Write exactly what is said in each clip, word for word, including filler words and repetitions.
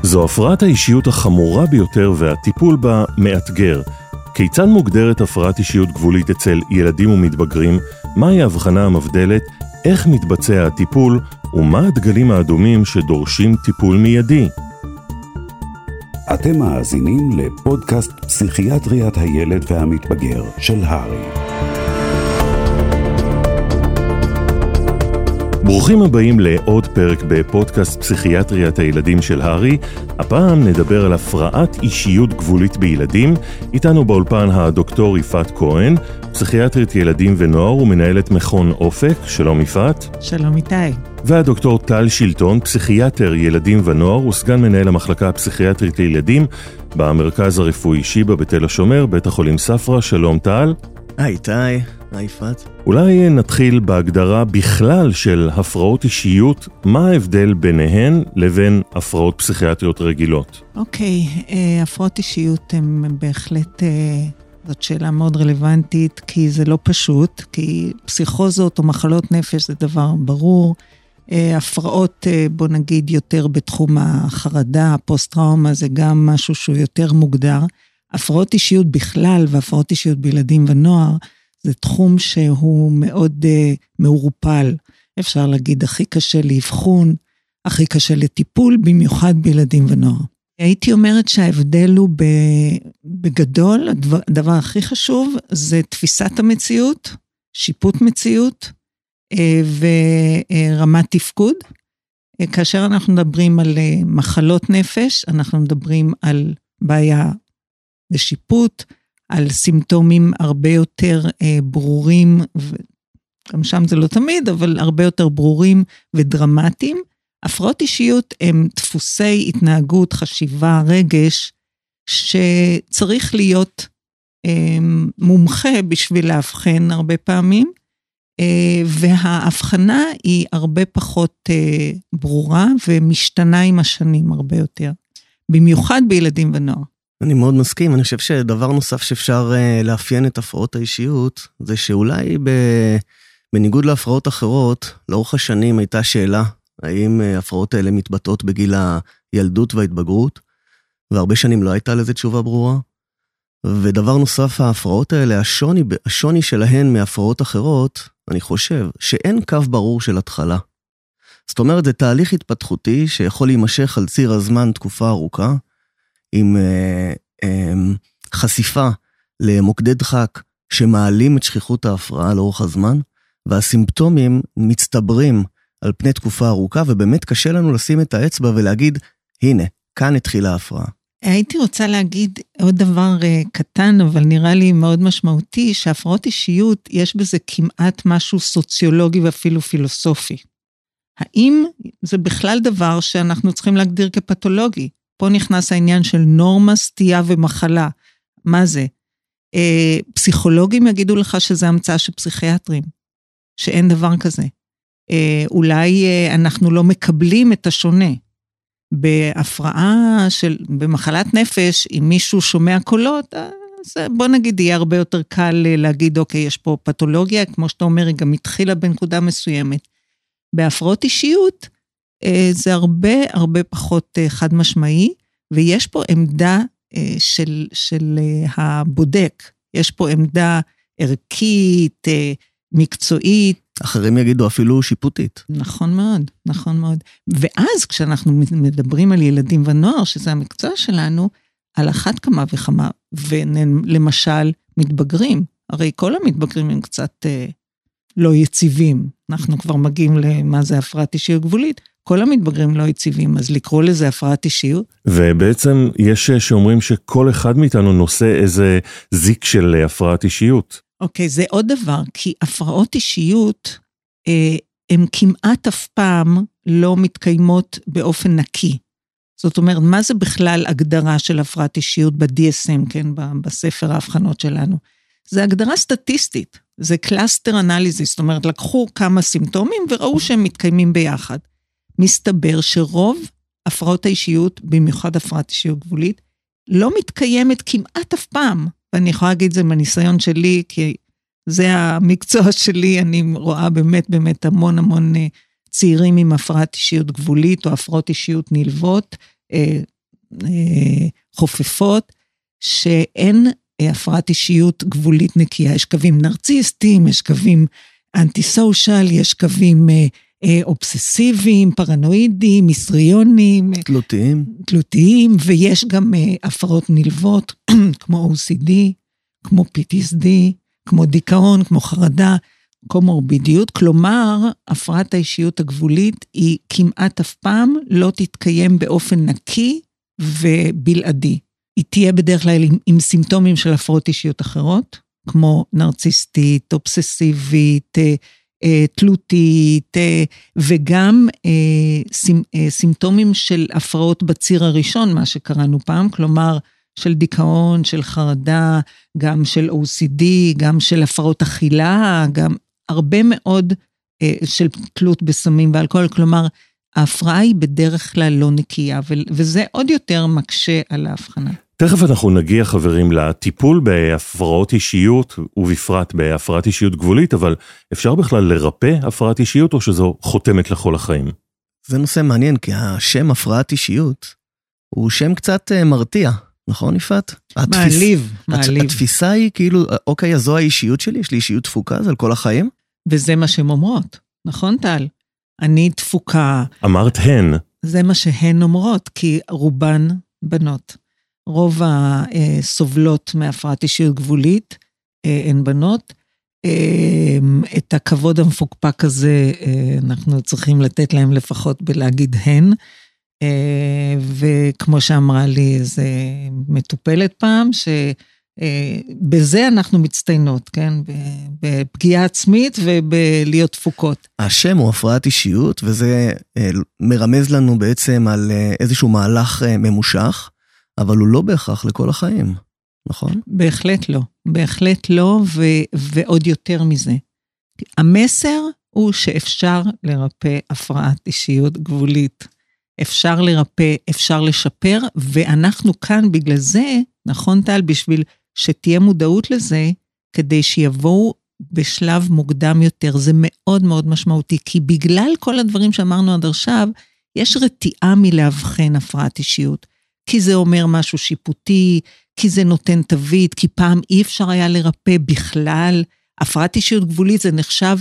זו הפרעת האישיות החמורה ביותר והטיפול בה מאתגר. כיצד מוגדרת הפרעת אישיות גבולית אצל ילדים ומתבגרים? מהי ההבחנה המבדלת? איך מתבצע הטיפול? ומה הדגלים האדומים שדורשים טיפול מיידי? אתם מאזינים לפודקאסט פסיכיאטריית הילד והמתבגר של הרי. ברוכים הבאים לעוד פרק בפודקאסט פסיכיאטריית הילדים של הרי. הפעם נדבר על הפרעת אישיות גבולית בילדים. איתנו באולפן הדוקטור יפעת כהן, פסיכיאטרית ילדים ונוער ומנהלת מכון אופק. שלום יפעת. שלום איתי. והדוקטור טל שילטון, פסיכיאטר ילדים ונוער וסגן מנהל המחלקה הפסיכיאטרית לילדים במרכז הרפואי שיבא בתל השומר, בית החולים ספרא. שלום טל. היי איתי, היי יפעת. אולי נתחיל בהגדרה בכלל של הפרעות אישיות, מה ההבדל ביניהן לבין הפרעות פסיכיאטריות רגילות? אוקיי, הפרעות אישיות הן בהחלט, זאת שאלה מאוד רלוונטית, כי זה לא פשוט, כי פסיכוזות או מחלות נפש זה דבר ברור, הפרעות בוא נגיד יותר בתחום החרדה, הפוסט-טראומה זה גם משהו שהוא יותר מוגדר, הפרעות אישיות בכלל והפרעות אישיות בילדים ונוער, זה תחום שהוא מאוד uh, מעורפל, אפשר להגיד הכי קשה לאבחון, הכי קשה לטיפול, במיוחד בילדים ונוער. הייתי אומרת שההבדל הוא בגדול, הדבר, הדבר הכי חשוב זה תפיסת המציאות, שיפוט מציאות uh, ורמת תפקוד. Uh, כאשר אנחנו מדברים על uh, מחלות נפש, אנחנו מדברים על בעיה בשיפוט, על סימפטומים הרבה יותר אה, ברורים, וגם שם זה לא תמיד, אבל הרבה יותר ברורים ודרמטיים. הפרעות אישיות הם דפוסי התנהגות, חשיבה, רגש, שצריך להיות אה, מומחה בשביל להבחן הרבה פעמים, אה, וההבחנה היא הרבה פחות אה, ברורה, ומשתנה עם השנים הרבה יותר, במיוחד בילדים ונוער. אני מאוד מסכים, אני חושב שדבר נוסף שאפשר לאפיין את הפרעות האישיות, זה שאולי בניגוד להפרעות אחרות, לאורך השנים הייתה שאלה, האם הפרעות האלה מתבטאות בגיל הילדות וההתבגרות, והרבה שנים לא הייתה לזה תשובה ברורה, ודבר נוסף, ההפרעות האלה, השוני, השוני שלהן מהפרעות אחרות, אני חושב שאין קו ברור של התחלה. זאת אומרת, זה תהליך התפתחותי שיכול להימשך על ציר הזמן תקופה ארוכה, עם אה, אה, חשיפה למוקדי דחק שמעלים את שכיחות ההפרעה לאורך הזמן, והסימפטומים מצטברים על פני תקופה ארוכה, ובאמת קשה לנו לשים את האצבע ולהגיד, הנה, כאן התחילה ההפרעה. הייתי רוצה להגיד עוד דבר uh, קטן, אבל נראה לי מאוד משמעותי, שהפרעות אישיות יש בזה כמעט משהו סוציולוגי ואפילו פילוסופי. האם זה בכלל דבר שאנחנו צריכים להגדיר כפתולוגי? פה נכנס העניין של נורמה, סטייה ומחלה. מה זה? אה, פסיכולוגים יגידו לך שזה המצאה של פסיכיאטרים, שאין דבר כזה. אה, אולי אה, אנחנו לא מקבלים את השונה. בהפרעה של, במחלת נפש, אם מישהו שומע קולות, אז בוא נגיד, יהיה הרבה יותר קל להגיד, אוקיי, יש פה פתולוגיה, כמו שאתה אומר, היא גם התחילה בנקודה מסוימת. בהפרעות אישיות, זה הרבה הרבה פחות חד משמעי, ויש פה עמדה של, של הבודק, יש פה עמדה ערכית, מקצועית. אחרים יגידו אפילו שיפוטית. נכון מאוד, נכון מאוד. ואז כשאנחנו מדברים על ילדים ונוער, שזה המקצוע שלנו, על אחת כמה וכמה, ולמשל מתבגרים, הרי כל המתבגרים הם קצת לא יציבים, אנחנו כבר מגיעים למה זה הפרעת אישיות גבולית, כל המתבגרים לא יציבים, אז לקרוא לזה הפרעת אישיות. ובעצם יש שאומרים שכל אחד מאיתנו נושא איזה זיק של הפרעת אישיות. אוקיי, זה עוד דבר, כי הפרעות אישיות, אה, הן כמעט אף פעם לא מתקיימות באופן נקי. זאת אומרת, מה זה בכלל הגדרה של הפרעת אישיות ב-די אס אם, כן, בספר ההבחנות שלנו? זה הגדרה סטטיסטית, זה קלאסטר אנליזיס, זאת אומרת, לקחו כמה סימפטומים וראו שהם מתקיימים ביחד. מסתבר שרוב הפרעות האישיות, במיוחד הפרעת אישיות גבולית, לא מתקיימת כמעט אף פעם, ואני יכולה להגיד את זה מהניסיון שלי, כי זה המקצוע שלי, אני רואה באמת באמת המון המון צעירים עם הפרעת אישיות גבולית, או הפרעות אישיות נלוות, חופפות, שאין הפרעת אישיות גבולית נקייה. יש קווים נרציסטיים, יש קווים אנטי-סושיאל, יש קווים אובססיביים, פרנואידיים, היסטריוניים. תלותיים. תלותיים, ויש גם הפרעות נלוות, כמו או סי די, כמו פי טי אס די, כמו דיכאון, כמו חרדה, קומורבידיות. כלומר, הפרעת האישיות הגבולית היא כמעט אף פעם לא תתקיים באופן נקי ובלעדי. היא תהיה בדרך כלל עם, עם סימפטומים של הפרעות אישיות אחרות, כמו נרציסטית, אובססיבית, תלותית, וגם סימפטומים של הפרעות בציר הראשון, מה שקראנו פעם, כלומר של דיכאון, של חרדה, גם של או סי די, גם של הפרעות אכילה, גם הרבה מאוד של תלות בסמים ואלכוהול, כלומר ההפרעה היא בדרך כלל לא נקייה, וזה עוד יותר מקשה על ההבחנה. תכף אנחנו נגיע, חברים, לטיפול בהפרעות אישיות, ובפרט בהפרעת אישיות גבולית, אבל אפשר בכלל לרפא הפרעת אישיות, או שזו חותמת לכל החיים? זה נושא מעניין, כי השם הפרעת אישיות הוא שם קצת מרתיע, נכון, יפעת? מעליב, מעליב. התפיסה היא כאילו, אוקיי, אז זו האישיות שלי, יש לי אישיות תפוקה, זה על כל החיים? וזה מה שהן אומרות, נכון, טל? אני תפוקה. אמרת הן. זה מה שהן אומרות, כי רובן בנות. רוב הסובלות מהפרעת אישיות גבולית הן בנות. את הכבוד המפוקפק הזה אנחנו צריכים לתת להם לפחות בלהגיד הן. וכמו שאמרה לי איזה מטופלת פעם, שבזה אנחנו מצטיינות, כן? בפגיעה עצמית ובלהיות תפוקות. השם הוא הפרעת אישיות, וזה מרמז לנו בעצם על איזשהו מהלך ממושך, אבל הוא לא בהכרח לכל החיים, נכון? בהחלט לא, בהחלט לא, ו- ועוד יותר מזה. המסר הוא שאפשר לרפא הפרעת אישיות גבולית. אפשר לרפא, אפשר לשפר, ואנחנו כאן בגלל זה, נכון טל, בשביל שתהיה מודעות לזה, כדי שיבואו בשלב מוקדם יותר. זה מאוד מאוד משמעותי, כי בגלל כל הדברים שאמרנו עד עכשיו, יש רתיעה מלהבחן הפרעת אישיות. כי זה אומר משהו שיפוטי, כי זה נותן תווית, כי פעם אי אפשר היה לרפא בכלל. הפרעת אישיות גבולית זה נחשב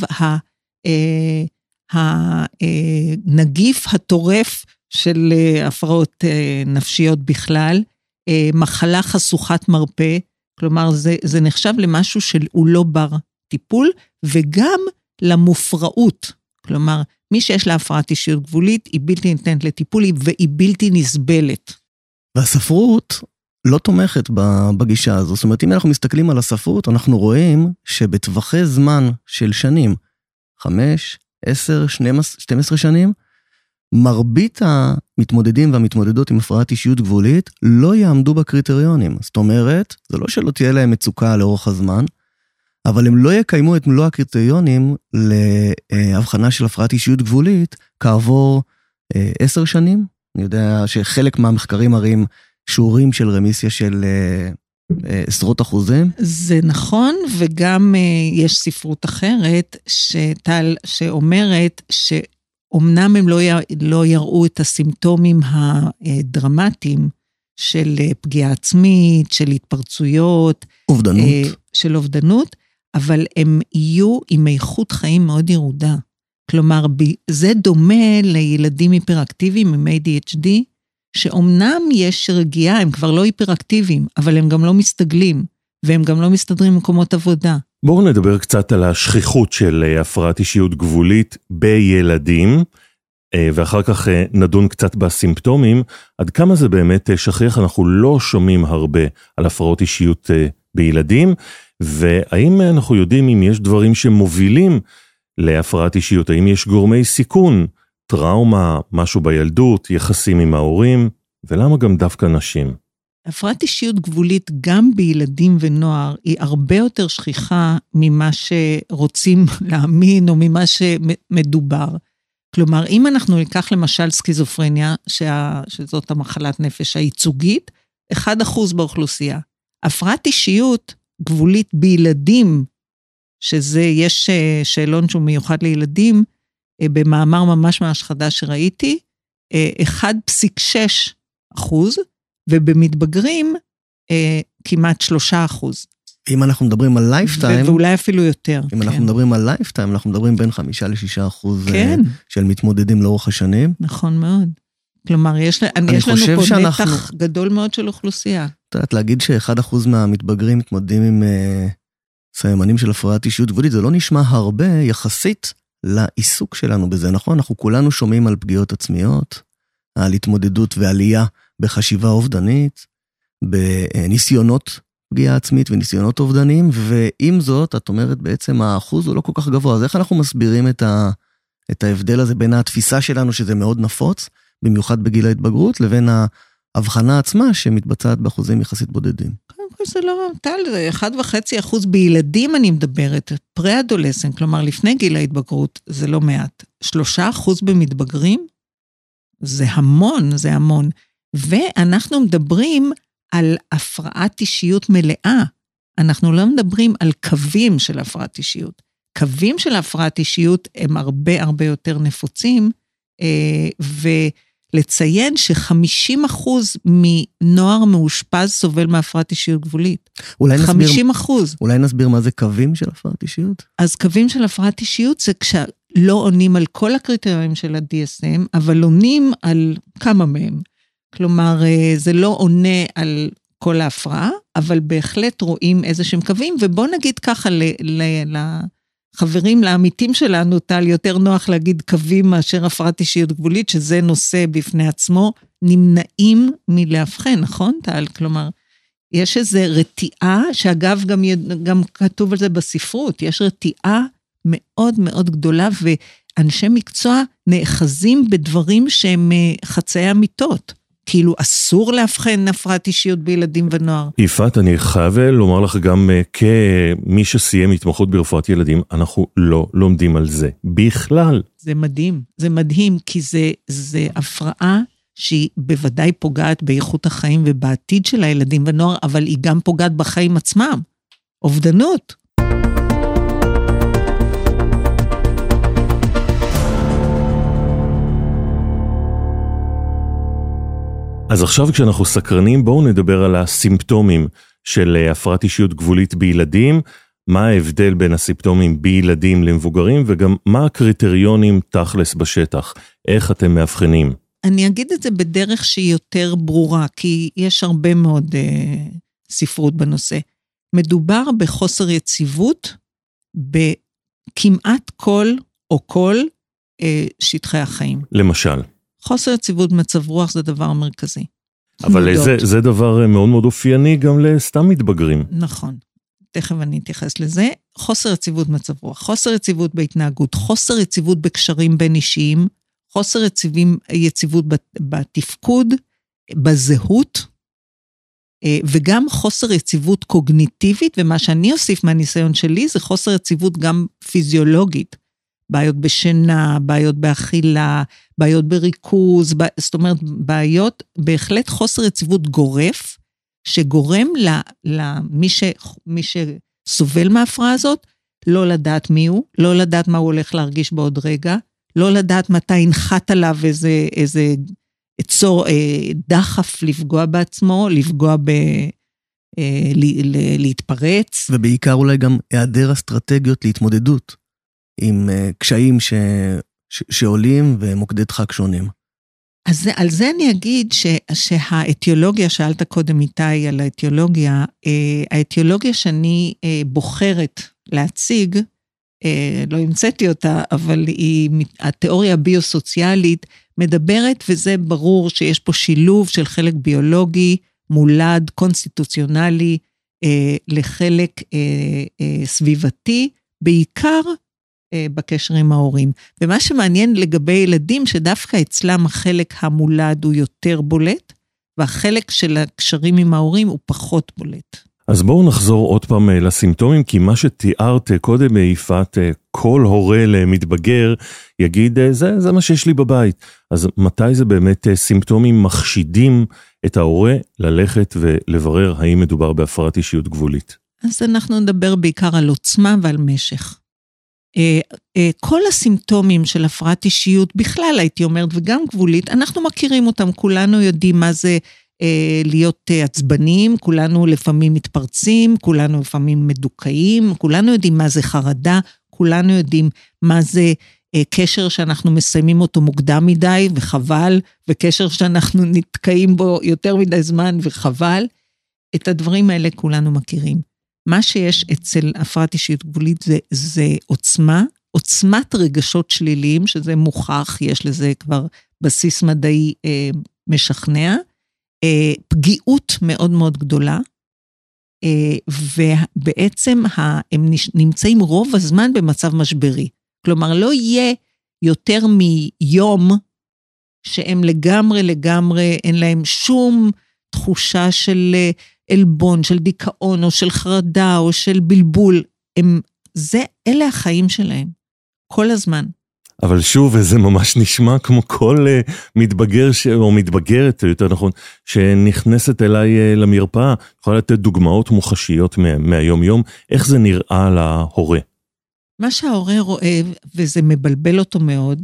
הנגיף הטורף של הפרעות נפשיות בכלל, מחלה חשוכת מרפא, כלומר זה, זה נחשב למשהו שהוא לא בר טיפול, וגם למופרעות, כלומר מי שיש לה הפרעת אישיות גבולית, היא בלתי ניתנת לטיפול, והיא בלתי נסבלת. והספרות לא תומכת בגישה הזו. זאת אומרת, אם אנחנו מסתכלים על הספרות, אנחנו רואים שבטווחי זמן של שנים, חמש, עשר, שתים עשרה שנים, מרבית המתמודדים והמתמודדות עם הפרעת אישיות גבולית לא יעמדו בקריטריונים. זאת אומרת, זה לא שלא תהיה להם מצוקה לאורך הזמן, אבל הם לא יקיימו את מלוא הקריטריונים להבחנה של הפרעת אישיות גבולית כעבור עשר שנים. אני יודע שחלק מהמחקרים מראים שיעורים של רמיסיה של עשרות אחוזים. זה נכון, וגם יש ספרות אחרת שטל, שאומרת שאומנם הם לא, י... לא יראו את הסימפטומים הדרמטיים של פגיעה עצמית, של התפרצויות, אובדנות. של אובדנות, אבל הם יהיו עם איכות חיים מאוד ירודה. כלומר, זה דומה לילדים היפראקטיביים עם איי די אייץ' די, שאומנם יש רגיעה, הם כבר לא היפראקטיביים, אבל הם גם לא מסתגלים, והם גם לא מסתדרים במקומות עבודה. בואו נדבר קצת על השכיחות של הפרעת אישיות גבולית בילדים, ואחר כך נדון קצת בסימפטומים, עד כמה זה באמת שכיח, אנחנו לא שומעים הרבה על הפרעות אישיות בילדים, והאם אנחנו יודעים אם יש דברים שמובילים להפרעת אישיות, האם יש גורמי סיכון, טראומה, משהו בילדות, יחסים עם ההורים, ולמה גם דווקא נשים? הפרעת אישיות גבולית גם בילדים ונוער היא הרבה יותר שכיחה ממה שרוצים להאמין או ממה שמדובר. כלומר, אם אנחנו ניקח למשל סקיזופרניה, שה, שזאת המחלת נפש הייצוגית, אחד אחוז באוכלוסייה. הפרעת אישיות גבולית בילדים, שזה יש שאלון שהוא מיוחד לילדים, במאמר ממש ממש חדש שראיתי, אחד נקודה שש אחוז, ובמתבגרים, אה, כמעט שלושה אחוז. אם אנחנו מדברים על לייפטיים, ואולי אפילו יותר. אם אנחנו מדברים על לייפטיים, אנחנו מדברים בין חמישה לשישה אחוז של מתמודדים לאורך השנים. נכון מאוד. כלומר, יש לנו פה נתח גדול מאוד של אוכלוסייה. את יודעת, להגיד שאחד אחוז מהמתבגרים מתמודדים עם סממנים של הפרעת אישיות גבולית, זה לא נשמע הרבה יחסית לעיסוק שלנו בזה, נכון? אנחנו כולנו שומעים על פגיעות עצמיות, על התמודדות ועלייה בחשיבה אובדנית, בניסיונות פגיעה עצמית וניסיונות אובדניים, ועם זאת, את אומרת בעצם האחוז הוא לא כל כך גבוה, אז איך אנחנו מסבירים את, ה, את ההבדל הזה בין התפיסה שלנו שזה מאוד נפוץ, במיוחד בגיל ההתבגרות, לבין ההבחנה עצמה שמתבצעת באחוזים יחסית בודדים? קודם כל זה לא טל, זה אחד וחצי אחוז בילדים אני מדברת, פרה-אדולסנט, כלומר לפני גיל ההתבגרות, זה לא מעט. שלושה אחוז במתבגרים, זה המון, זה המון. ואנחנו מדברים על הפרעת אישיות מלאה. אנחנו לא מדברים על קווים של הפרעת אישיות. קווים של הפרעת אישיות הם הרבה הרבה יותר נפוצים, ולציין ש-חמישים אחוז מנוער מאושפז סובל מהפרעת אישיות גבולית. חמישים אחוז. אולי נסביר מה זה קווים של הפרעת אישיות? אז קווים של הפרעת אישיות זה כשלא עונים על כל הקריטריונים של ה-די אס אם, אבל עונים על כמה מהם. כלומר, זה לא עונה על כל ההפרעה, אבל בהחלט רואים איזה שהם קווים, ובוא נגיד ככה לחברים, לעמיתים שלנו, טל, יותר נוח להגיד קווים מאשר הפרעת אישיות גבולית, שזה נושא בפני עצמו, נמנעים מלהבחן, נכון, טל? כלומר, יש איזו רתיעה, שאגב גם, גם כתוב על זה בספרות, יש רתיעה מאוד מאוד גדולה, ואנשי מקצוע נאחזים בדברים שהם חצאי אמיתות. כאילו אסור להבחן הפרעת אישיות בילדים ונוער. יפעת, אני חייב לומר לך גם כמי שסיים התמחות ברפואת ילדים, אנחנו לא לומדים על זה בכלל. זה מדהים, זה מדהים, כי זה, זה הפרעה שהיא בוודאי פוגעת באיכות החיים ובעתיד של הילדים ונוער, אבל היא גם פוגעת בחיים עצמם. אובדנות. אז עכשיו כשאנחנו סקרנים, בואו נדבר על הסימפטומים של הפרעת אישיות גבולית בילדים, מה ההבדל בין הסימפטומים בילדים למבוגרים, וגם מה הקריטריונים תכלס בשטח, איך אתם מאבחנים? אני אגיד את זה בדרך שהיא יותר ברורה, כי יש הרבה מאוד uh, ספרות בנושא. מדובר בחוסר יציבות, בכמעט כל או כל uh, שטחי החיים. למשל? חוסר יציבות מצב רוח זה דבר מרכזי. אבל זה, זה דבר מאוד מאוד אופייני גם לסתם מתבגרים. נכון. תכף אני אתייחס לזה. חוסר יציבות מצב רוח, חוסר יציבות בהתנהגות, חוסר יציבות בקשרים בין אישיים, חוסר יציבים, יציבות בתפקוד, בזהות, וגם חוסר יציבות קוגניטיבית, ומה שאני אוסיף מהניסיון שלי, זה חוסר יציבות גם פיזיולוגית. בעיות בשינה, בעיות באכילה, בעיות בריכוז, זאת אומרת, בעיות, בהחלט חוסר יציבות גורף, שגורם למי ש, מי שסובל מההפרעה הזאת, לא לדעת מי הוא, לא לדעת מה הוא הולך להרגיש בעוד רגע, לא לדעת מתי ינחת עליו איזה, איזה צור, דחף לפגוע בעצמו, לפגוע ב... להתפרץ. ובעיקר אולי גם היעדר אסטרטגיות להתמודדות. עם קשיים ש... ש... שעולים ומוקדי דחק שונים. אז על זה אני אגיד ש... שהאתיולוגיה, שאלת קודם איתי על האתיולוגיה, האתיולוגיה שאני בוחרת להציג, לא המצאתי אותה, אבל היא, התיאוריה הביוסוציאלית מדברת, וזה ברור שיש פה שילוב של חלק ביולוגי, מולד, קונסטיטוציונלי, לחלק סביבתי, בעיקר בקשר עם ההורים. ומה שמעניין לגבי ילדים, שדווקא אצלם החלק המולד הוא יותר בולט, והחלק של הקשרים עם ההורים הוא פחות בולט. אז בואו נחזור עוד פעם לסימפטומים, כי מה שתיארת קודם יפעת, כל הורה למתבגר יגיד, זה, זה מה שיש לי בבית. אז מתי זה באמת סימפטומים מחשידים את ההורה ללכת ולברר האם מדובר בהפרעת אישיות גבולית? אז אנחנו נדבר בעיקר על עוצמה ועל משך. כל הסימפטומים של הפרעת אישיות, בכלל הייתי אומרת, וגם גבולית, אנחנו מכירים אותם, כולנו יודעים מה זה להיות עצבנים, כולנו לפעמים מתפרצים, כולנו לפעמים מדוכאים, כולנו יודעים מה זה חרדה, כולנו יודעים מה זה קשר שאנחנו מסיימים אותו מוקדם מדי וחבל, וקשר שאנחנו נתקעים בו יותר מדי זמן וחבל. את הדברים האלה כולנו מכירים. מה שיש אצל הפרעת אישיות גבולית זה, זה עוצמה, עוצמת רגשות שליליים, שזה מוכח, יש לזה כבר בסיס מדעי אה, משכנע, אה, פגיעות מאוד מאוד גדולה, אה, ובעצם הם נמצאים רוב הזמן במצב משברי. כלומר, לא יהיה יותר מיום שהם לגמרי לגמרי, אין להם שום תחושה של אלבון, של דיכאון, או של חרדה, או של בלבול. הם, זה, אלה החיים שלהם, כל הזמן. אבל שוב, זה ממש נשמע כמו כל uh, מתבגר, ש... או מתבגרת, יותר נכון, שנכנסת אליי uh, למרפאה. יכולה לתת דוגמאות מוחשיות מה... מהיום יום, איך זה נראה להורה? מה שההורה רואה, וזה מבלבל אותו מאוד,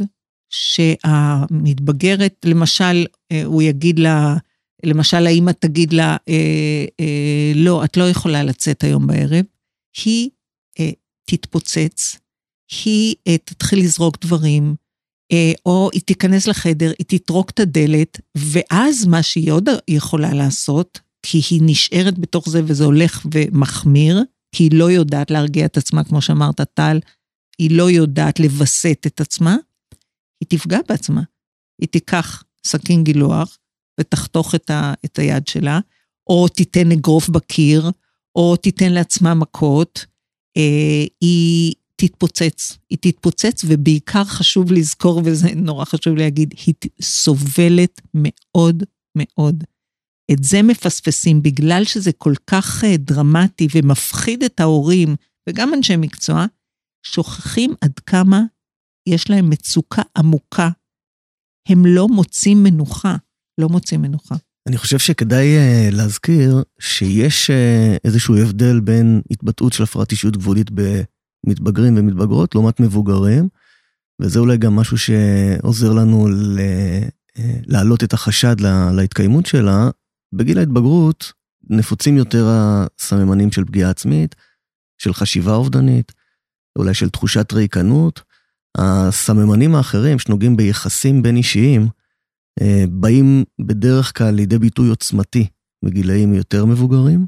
שהמתבגרת, למשל, הוא יגיד לה, למשל, האמא תגיד לה, אה, אה, לא, את לא יכולה לצאת היום בערב, היא אה, תתפוצץ, היא אה, תתחיל לזרוק דברים, אה, או היא תיכנס לחדר, היא תתרוק את הדלת, ואז מה שהיא עוד יכולה לעשות, כי היא נשארת בתוך זה, וזה הולך ומחמיר, כי היא לא יודעת להרגיע את עצמה, כמו שאמרת טל, היא לא יודעת לבסט את עצמה, היא תפגע בעצמה. היא תיקח סכין גילוח, ותחתוך את, ה, את היד שלה, או תיתן אגרוף בקיר, או תיתן לעצמה מכות, אה, היא תתפוצץ. היא תתפוצץ, ובעיקר חשוב לזכור, וזה נורא חשוב להגיד, היא סובלת מאוד מאוד. את זה מפספסים, בגלל שזה כל כך דרמטי, ומפחיד את ההורים, וגם אנשי מקצוע, שוכחים עד כמה יש להם מצוקה עמוקה. הם לא מוצאים מנוחה, לא מוצאים מנוחה. אני חושב שכדאי uh, להזכיר שיש uh, איזשהו הבדל בין התבטאות של הפרעת אישיות גבולית במתבגרים ומתבגרות, לעומת מבוגרים, וזה אולי גם משהו שעוזר לנו ל, uh, להעלות את החשד לה, להתקיימות שלה. בגיל ההתבגרות נפוצים יותר הסממנים של פגיעה עצמית, של חשיבה אובדנית, אולי של תחושת ריקנות. הסממנים האחרים שנוגעים ביחסים בין אישיים, באים בדרך כלל לידי ביטוי עוצמתי בגילאים יותר מבוגרים,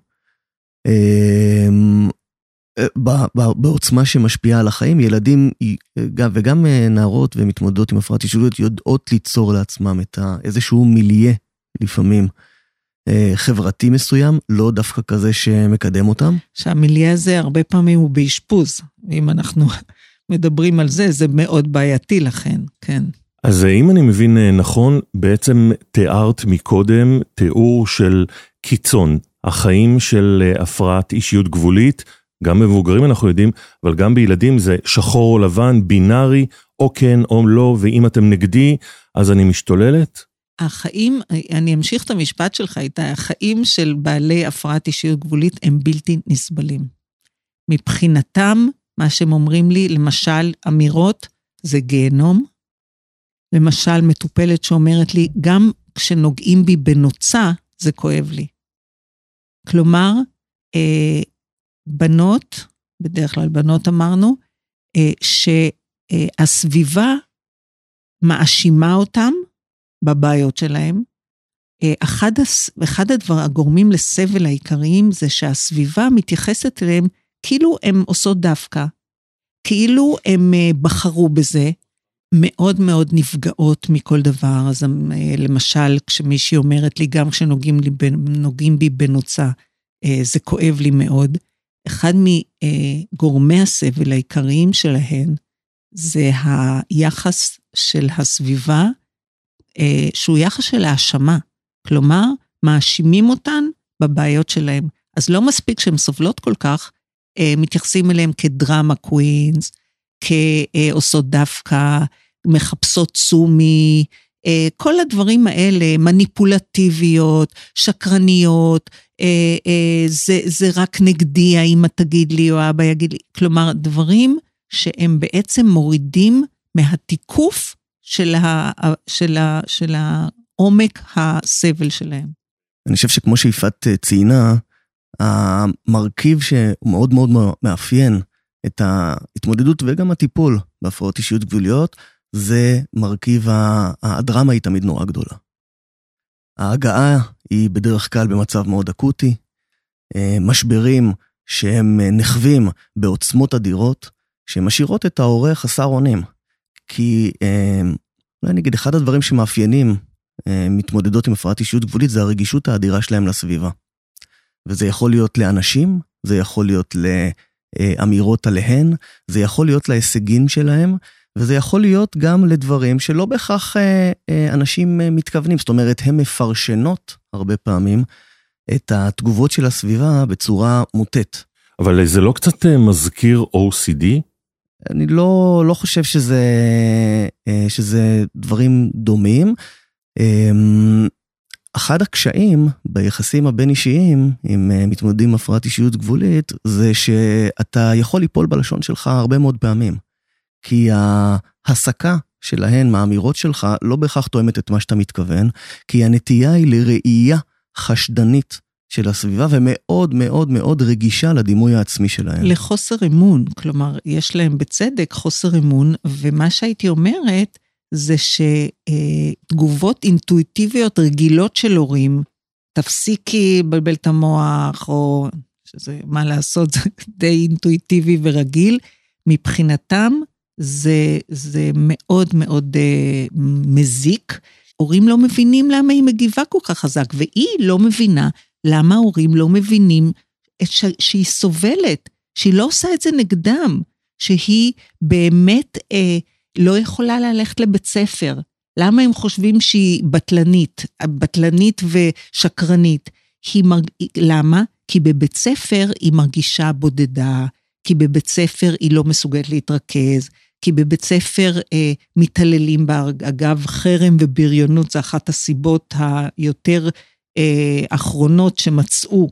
בעוצמה שמשפיעה על החיים. ילדים וגם נערות ומתמודדות עם הפרעת אישיות יודעות ליצור לעצמם את איזשהו מיליה לפעמים חברתי מסוים, לא דווקא כזה שמקדם אותם. שהמיליה הזה הרבה פעמים הוא באשפוז, אם אנחנו מדברים על זה, זה מאוד בעייתי לכן, כן. אז אם אני מבין נכון, בעצם תיארת מקודם תיאור של קיצון, החיים של הפרעת אישיות גבולית, גם מבוגרים אנחנו יודעים, אבל גם בילדים זה שחור או לבן, בינארי, או כן או לא, ואם אתם נגדי, אז אני משתוללת. החיים, אני אמשיך את המשפט שלך איתה, החיים של בעלי הפרעת אישיות גבולית הם בלתי נסבלים. מבחינתם, מה שהם אומרים לי, למשל, אמירות, זה גיהנום. למשל, מטופלת שאומרת לי, גם כשנוגעים בי בנוצה, זה כואב לי. כלומר, אה, בנות, בדרך כלל בנות אמרנו, אה, שהסביבה מאשימה אותם בבעיות שלהם. אה, אחד, אחד הדבר, הגורמים לסבל העיקריים, זה שהסביבה מתייחסת אליהם, כאילו הם עושות דווקא, כאילו הם אה, בחרו בזה, מאוד מאוד נפגעות מכל דבר. אז למשל, כשמישהי אומרת לי, גם כשנוגעים לי, נוגעים בי בנוצה, זה כואב לי מאוד. אחד מגורמי הסבל העיקריים שלהן, זה היחס של הסביבה, שהוא יחס של האשמה. כלומר, מאשימים אותן בבעיות שלהם. אז לא מספיק שהן סובלות כל כך, מתייחסים אליהם כדרמה קווינס, כעושות דווקא, מחפשות צומי, כל הדברים האלה, מניפולטיביות, שקרניות, זה, זה רק נגדי, האמא תגיד לי או האבא יגיד לי, כלומר דברים שהם בעצם מורידים מהתיקוף של, ה, של, ה, של העומק הסבל שלהם. אני חושב שכמו שיפעת ציינה, המרכיב שמאוד מאוד מאפיין את ההתמודדות וגם הטיפול בהפרעות אישיות גבוליות, זה מרכיב הדרמה היא תמיד נורא גדולה. ההגעה היא בדרך כלל במצב מאוד אקוטי, משברים שהם נחווים בעוצמות אדירות, שמשאירות את ההורה חסר אונים. כי, אולי נגיד, אחד הדברים שמאפיינים מתמודדות עם הפרעת אישיות גבולית, זה הרגישות האדירה שלהם לסביבה. וזה יכול להיות לאנשים, זה יכול להיות לאמירות עליהן, זה יכול להיות להישגים שלהם, וזה יכול להיות גם לדברים שלא בהכרח אנשים מתכוונים. זאת אומרת, הם מפרשנות הרבה פעמים את התגובות של הסביבה בצורה מוטט. אבל זה לא קצת מזכיר או סי די? אני לא, לא חושב שזה, שזה דברים דומים. אחד הקשיים ביחסים הבין אישיים, עם מתמודדים עם הפרעת אישיות גבולית, זה שאתה יכול ליפול בלשון שלך הרבה מאוד פעמים. כי ההסקה שלהן מהאמירות שלך לא בהכרח תואמת את מה שאתה מתכוון, כי הנטייה היא לראייה חשדנית של הסביבה, ומאוד מאוד מאוד רגישה לדימוי העצמי שלהם. לחוסר אמון, כלומר, יש להם בצדק חוסר אמון, ומה שהייתי אומרת, זה שתגובות אינטואיטיביות רגילות של הורים, תפסיקי בלבל את המוח, או שזה מה לעשות, זה די אינטואיטיבי ורגיל, מבחינתם זה, זה מאוד מאוד uh, מזיק. הורים לא מבינים למה היא מגיבה כל כך חזק, והיא לא מבינה למה הורים לא מבינים ש, שהיא סובלת, שהיא לא עושה את זה נגדם, שהיא באמת אה, לא יכולה ללכת לבית ספר. למה הם חושבים שהיא בטלנית, בטלנית ושקרנית? היא מרג... למה? כי בבית ספר היא מרגישה בודדה, כי בבית ספר היא לא מסוגלת להתרכז, כי בבית ספר אה, מתעללים בה, אגב, חרם ובריונות, זה אחת הסיבות היותר אה, אחרונות שמצאו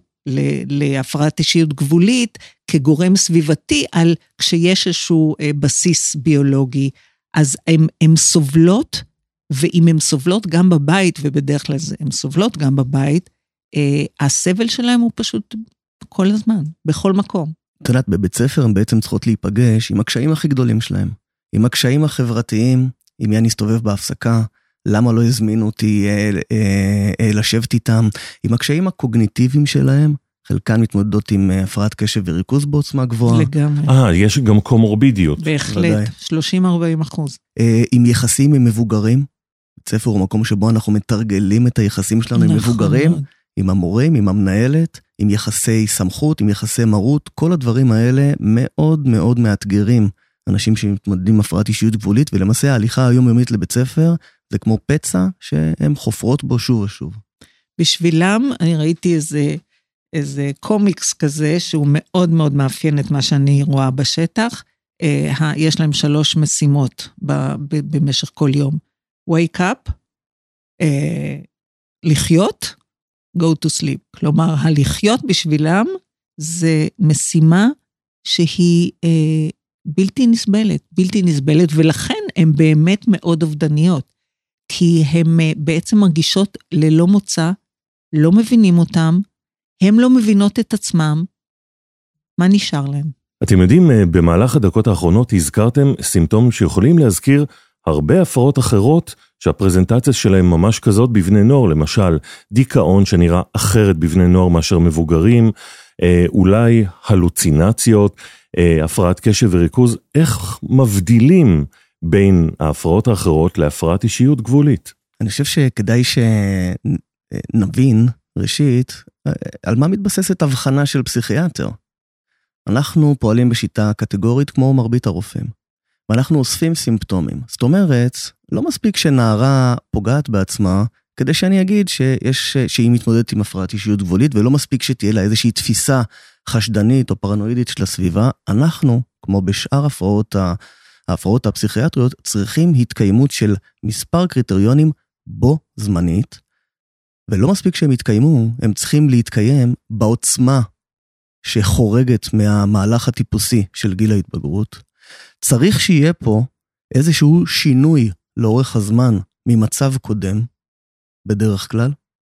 להפרעת אישיות גבולית, כגורם סביבתי, על כשיש איזשהו אה, בסיס ביולוגי, אז הם, הם סובלות, ואם הם סובלות גם בבית, ובדרך כלל הם סובלות גם בבית, אה, הסבל שלהם הוא פשוט כל הזמן, בכל מקום. את יודעת, בבית ספר הם בעצם צריכות להיפגש עם הקשיים הכי גדולים שלהם, עם הקשיים החברתיים, עם מי אני אסתובב בהפסקה, למה לא הזמינו אותי אה, אה, אה, לשבת איתם, עם הקשיים הקוגניטיביים שלהם, חלקן מתמודדות עם הפרעת קשב וריכוז בעוצמה גבוהה. לגמרי. אה, יש גם קומורבידיות. בהחלט, שלושים עד ארבעים אחוז. אה, עם יחסים עם מבוגרים, בית ספר הוא מקום שבו אנחנו מתרגלים את היחסים שלנו נכון. עם מבוגרים, עם המורים, עם המנהלת, עם יחסי סמכות, עם יחסי מרות, כל הדברים האלה מאוד מאוד מאתגרים אנשים שמתמודדים עם הפרעת אישיות גבולית, ולמעשה ההליכה היומיומית לבית ספר, זה כמו פצע שהם חופרות בו שוב ושוב. בשבילם, אני ראיתי איזה, איזה קומיקס כזה, שהוא מאוד מאוד מאפיין את מה שאני רואה בשטח, אה, יש להם שלוש משימות ב, ב, במשך כל יום. wake up, אה, לחיות, go to sleep. כלומר, הלחיות בשבילם, זה משימה שהיא אה, בלתי נסבלת, בלתי נסבלת, ולכן הן באמת מאוד אובדניות, כי הן בעצם מרגישות ללא מוצא, לא מבינים אותם, הן לא מבינות את עצמם, מה נשאר להם? אתם יודעים, במהלך הדקות האחרונות הזכרתם סימפטום שיכולים להזכיר הרבה הפרעות אחרות, שהפרזנטציה שלהם ממש כזאת בבני נוער, למשל דיכאון שנראה אחרת בבני נוער מאשר מבוגרים, אולי הלוצינציות, הפרעת קשב וריכוז, איך מבדילים בין ההפרעות האחרות להפרעת אישיות גבולית? אני חושב שכדאי שנבין, ראשית, על מה מתבססת הבחנה של פסיכיאטר. אנחנו פועלים בשיטה קטגורית כמו מרבית הרופאים, ואנחנו אוספים סימפטומים. זאת אומרת, לא מספיק שנערה פוגעת בעצמה, כדי שאני אגיד שיש, שהיא מתמודדת עם הפרעת אישיות גבולית, ולא מספיק שתהיה לה איזושהי תפיסה חשדנית או פרנואידית של הסביבה, אנחנו, כמו בשאר הפרעות, ההפרעות הפסיכיאטריות, צריכים התקיימות של מספר קריטריונים בו זמנית, ולא מספיק שהם יתקיימו, הם צריכים להתקיים בעוצמה שחורגת מהמהלך הטיפוסי של גיל ההתבגרות. צריך שיהיה פה איזשהו שינוי לאורך הזמן ממצב קודם, בדרך כלל,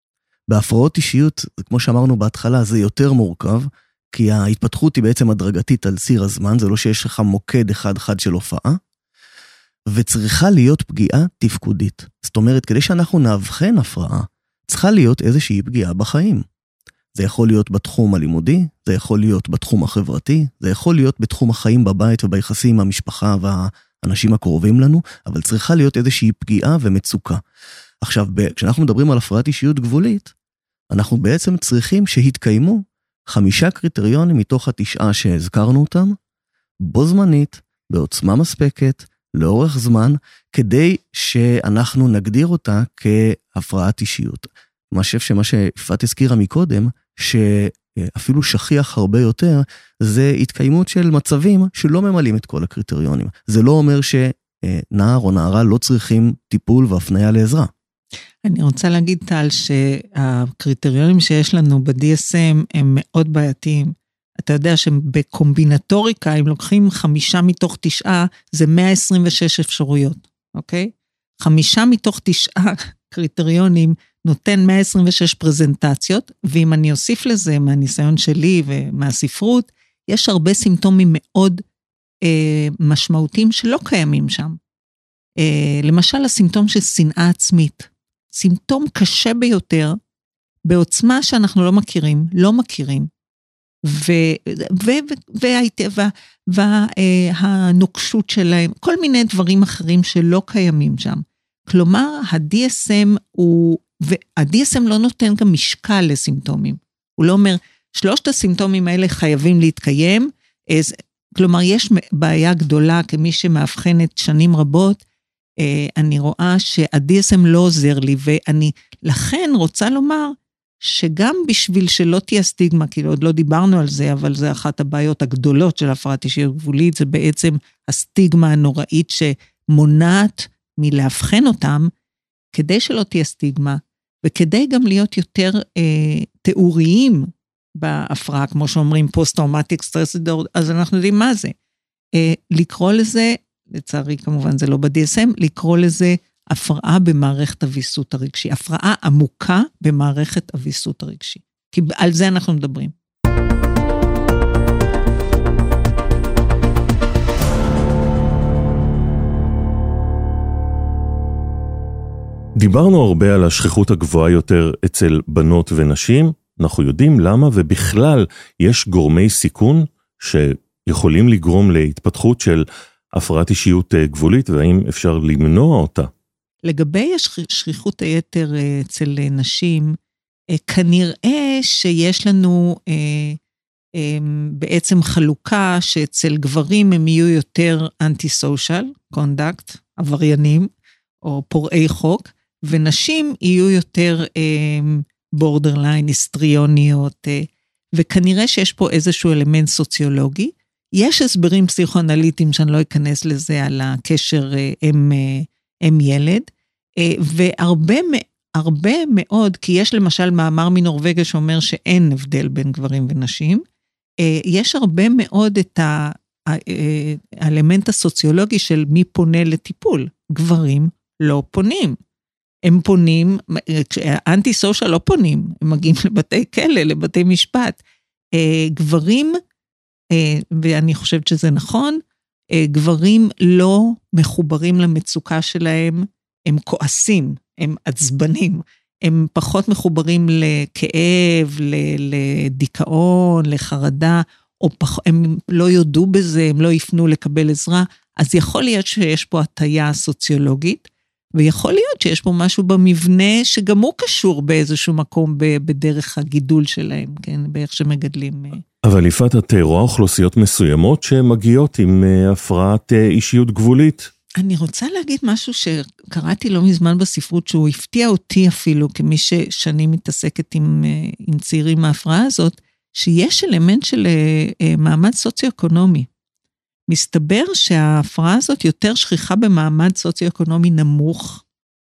בהפרעות אישיות, כמו שאמרנו בהתחלה, זה יותר מורכב, כי ההתפתחות היא בעצם הדרגתית על ציר הזמן, זה לא שיש לך מוקד אחד-אחד של הופעה, וצריכה להיות פגיעה תפקודית. זאת אומרת, כדי שאנחנו נאבחן הפרעה, צריכה להיות איזושהי פגיעה בחיים. זה יכול להיות בתחום הלימודי, זה יכול להיות בתחום החברתי, זה יכול להיות בתחום החיים בבית וביחסים עם המשפחה והאנשים הקרובים לנו, אבל צריכה להיות איזושהי פגיעה ומצוקה. עכשיו, כשאנחנו מדברים על הפרעת אישיות גבולית, אנחנו בעצם צריכים שהתקיימו חמישה קריטריונים מתוך התשעה שהזכרנו אותם, בו זמנית, בעוצמה מספקת, לאורך זמן, כדי שאנחנו נגדיר אותה כהפרעת אישיות. אני חושב שמה שיפעת הזכירה מקודם, שאפילו שכיח הרבה יותר, זה התקיימות של מצבים שלא ממלאים את כל הקריטריונים. זה לא אומר שנער או נערה לא צריכים טיפול והפניה לעזרה. אני רוצה להגיד, טל, שהקריטריונים שיש לנו ב-די אס אם הם מאוד בעייתיים. אתה יודע שבקומבינטוריקה, אם לוקחים חמישה מתוך תשעה, זה מאה עשרים ושש אפשרויות, אוקיי? חמישה מתוך תשעה קריטריונים נותן מאה עשרים ושש פרזנטציות, ואם אני אוסיף לזה מהניסיון שלי ומהספרות, יש הרבה סימפטומים מאוד אה, משמעותיים שלא קיימים שם. אה, למשל, הסימפטום של שנאה עצמית. סימפטום קשה ביותר, בעוצמה שאנחנו לא מכירים, לא מכירים. והנוקשות שלהם, כל מיני דברים אחרים שלא קיימים שם. כלומר, ה-די אס אם הוא, וה-די אס אם לא נותן גם משקל לסימפטומים. הוא לא אומר, שלושת הסימפטומים האלה חייבים להתקיים, כלומר, יש בעיה גדולה כמי שמאבחנת שנים רבות, אני רואה שה-די אס אם לא עוזר לי, ואני לכן רוצה לומר, שגם בשביל שלא תהיה סטיגמה, כאילו עוד לא דיברנו על זה, אבל זה אחת הבעיות הגדולות של הפרעת אישיות גבולית, זה בעצם הסטיגמה הנוראית שמונעת מלהבחן אותם, כדי שלא תהיה סטיגמה, וכדי גם להיות יותר אה, תיאוריים בהפרעה, כמו שאומרים פוסט-טראומטיק סטרס דיסורדר, אז אנחנו יודעים מה זה. אה, לקרוא לזה, לצערי כמובן זה לא ב-די אס אם, לקרוא לזה הפרעה במערכת הוויסות הרגשי, הפרעה עמוקה במערכת הוויסות הרגשי. כי על זה אנחנו מדברים. דיברנו הרבה על השכיחות הגבוהה יותר אצל בנות ונשים, אנחנו יודעים למה, ובכלל יש גורמי סיכון שיכולים לגרום להתפתחות של הפרעת אישיות גבולית, והאם אפשר למנוע אותה? לגבי השכיחות היתר אצל נשים, כנראה שיש לנו בעצם חלוקה שאצל גברים הם יהיו יותר אנטי-סושיאל, קונדקט, עבריינים או פורעי חוק, ונשים יהיו יותר בורדרליין, היסטריוניות, וכנראה שיש פה איזשהו אלמנט סוציולוגי. יש הסברים פסיכואנליטיים שאני לא אכנס לזה על הקשר עם הם ילד, והרבה הרבה מאוד, כי יש למשל מאמר מנורווגיה שאומר שאין הבדל בין גברים ונשים, יש הרבה מאוד את האלמנט הסוציולוגי של מי פונה לטיפול. גברים לא פונים. הם פונים, אנטי סושיאל לא פונים, הם מגיעים לבתי כלא, לבתי משפט. גברים, ואני חושבת שזה נכון, גברים לא מחוברים למצוקה שלהם, הם כועסים, הם עצבנים, הם פחות מחוברים לכאב, לדיכאון, לחרדה, או פח, הם לא יודו בזה, הם לא יפנו לקבל עזרה, אז יכול להיות שיש פה הטיה סוציולוגית, ויכול להיות שיש פה משהו במבנה שגם הוא קשור באיזשהו מקום בדרך הגידול שלהם, כן, באיך שמגדלים. אבל יפעת, את רואה אוכלוסיות מסוימות שמגיעות עם הפרעת אישיות גבולית? אני רוצה להגיד משהו שקראתי לא מזמן בספרות, שהוא הפתיע אותי אפילו, כמי ששנים מתעסקת עם, עם צעירים מההפרעה הזאת, שיש אלמנט של מעמד סוציו-אקונומי. מסתבר שההפרעה הזאת יותר שכיחה במעמד סוציו-אקונומי נמוך,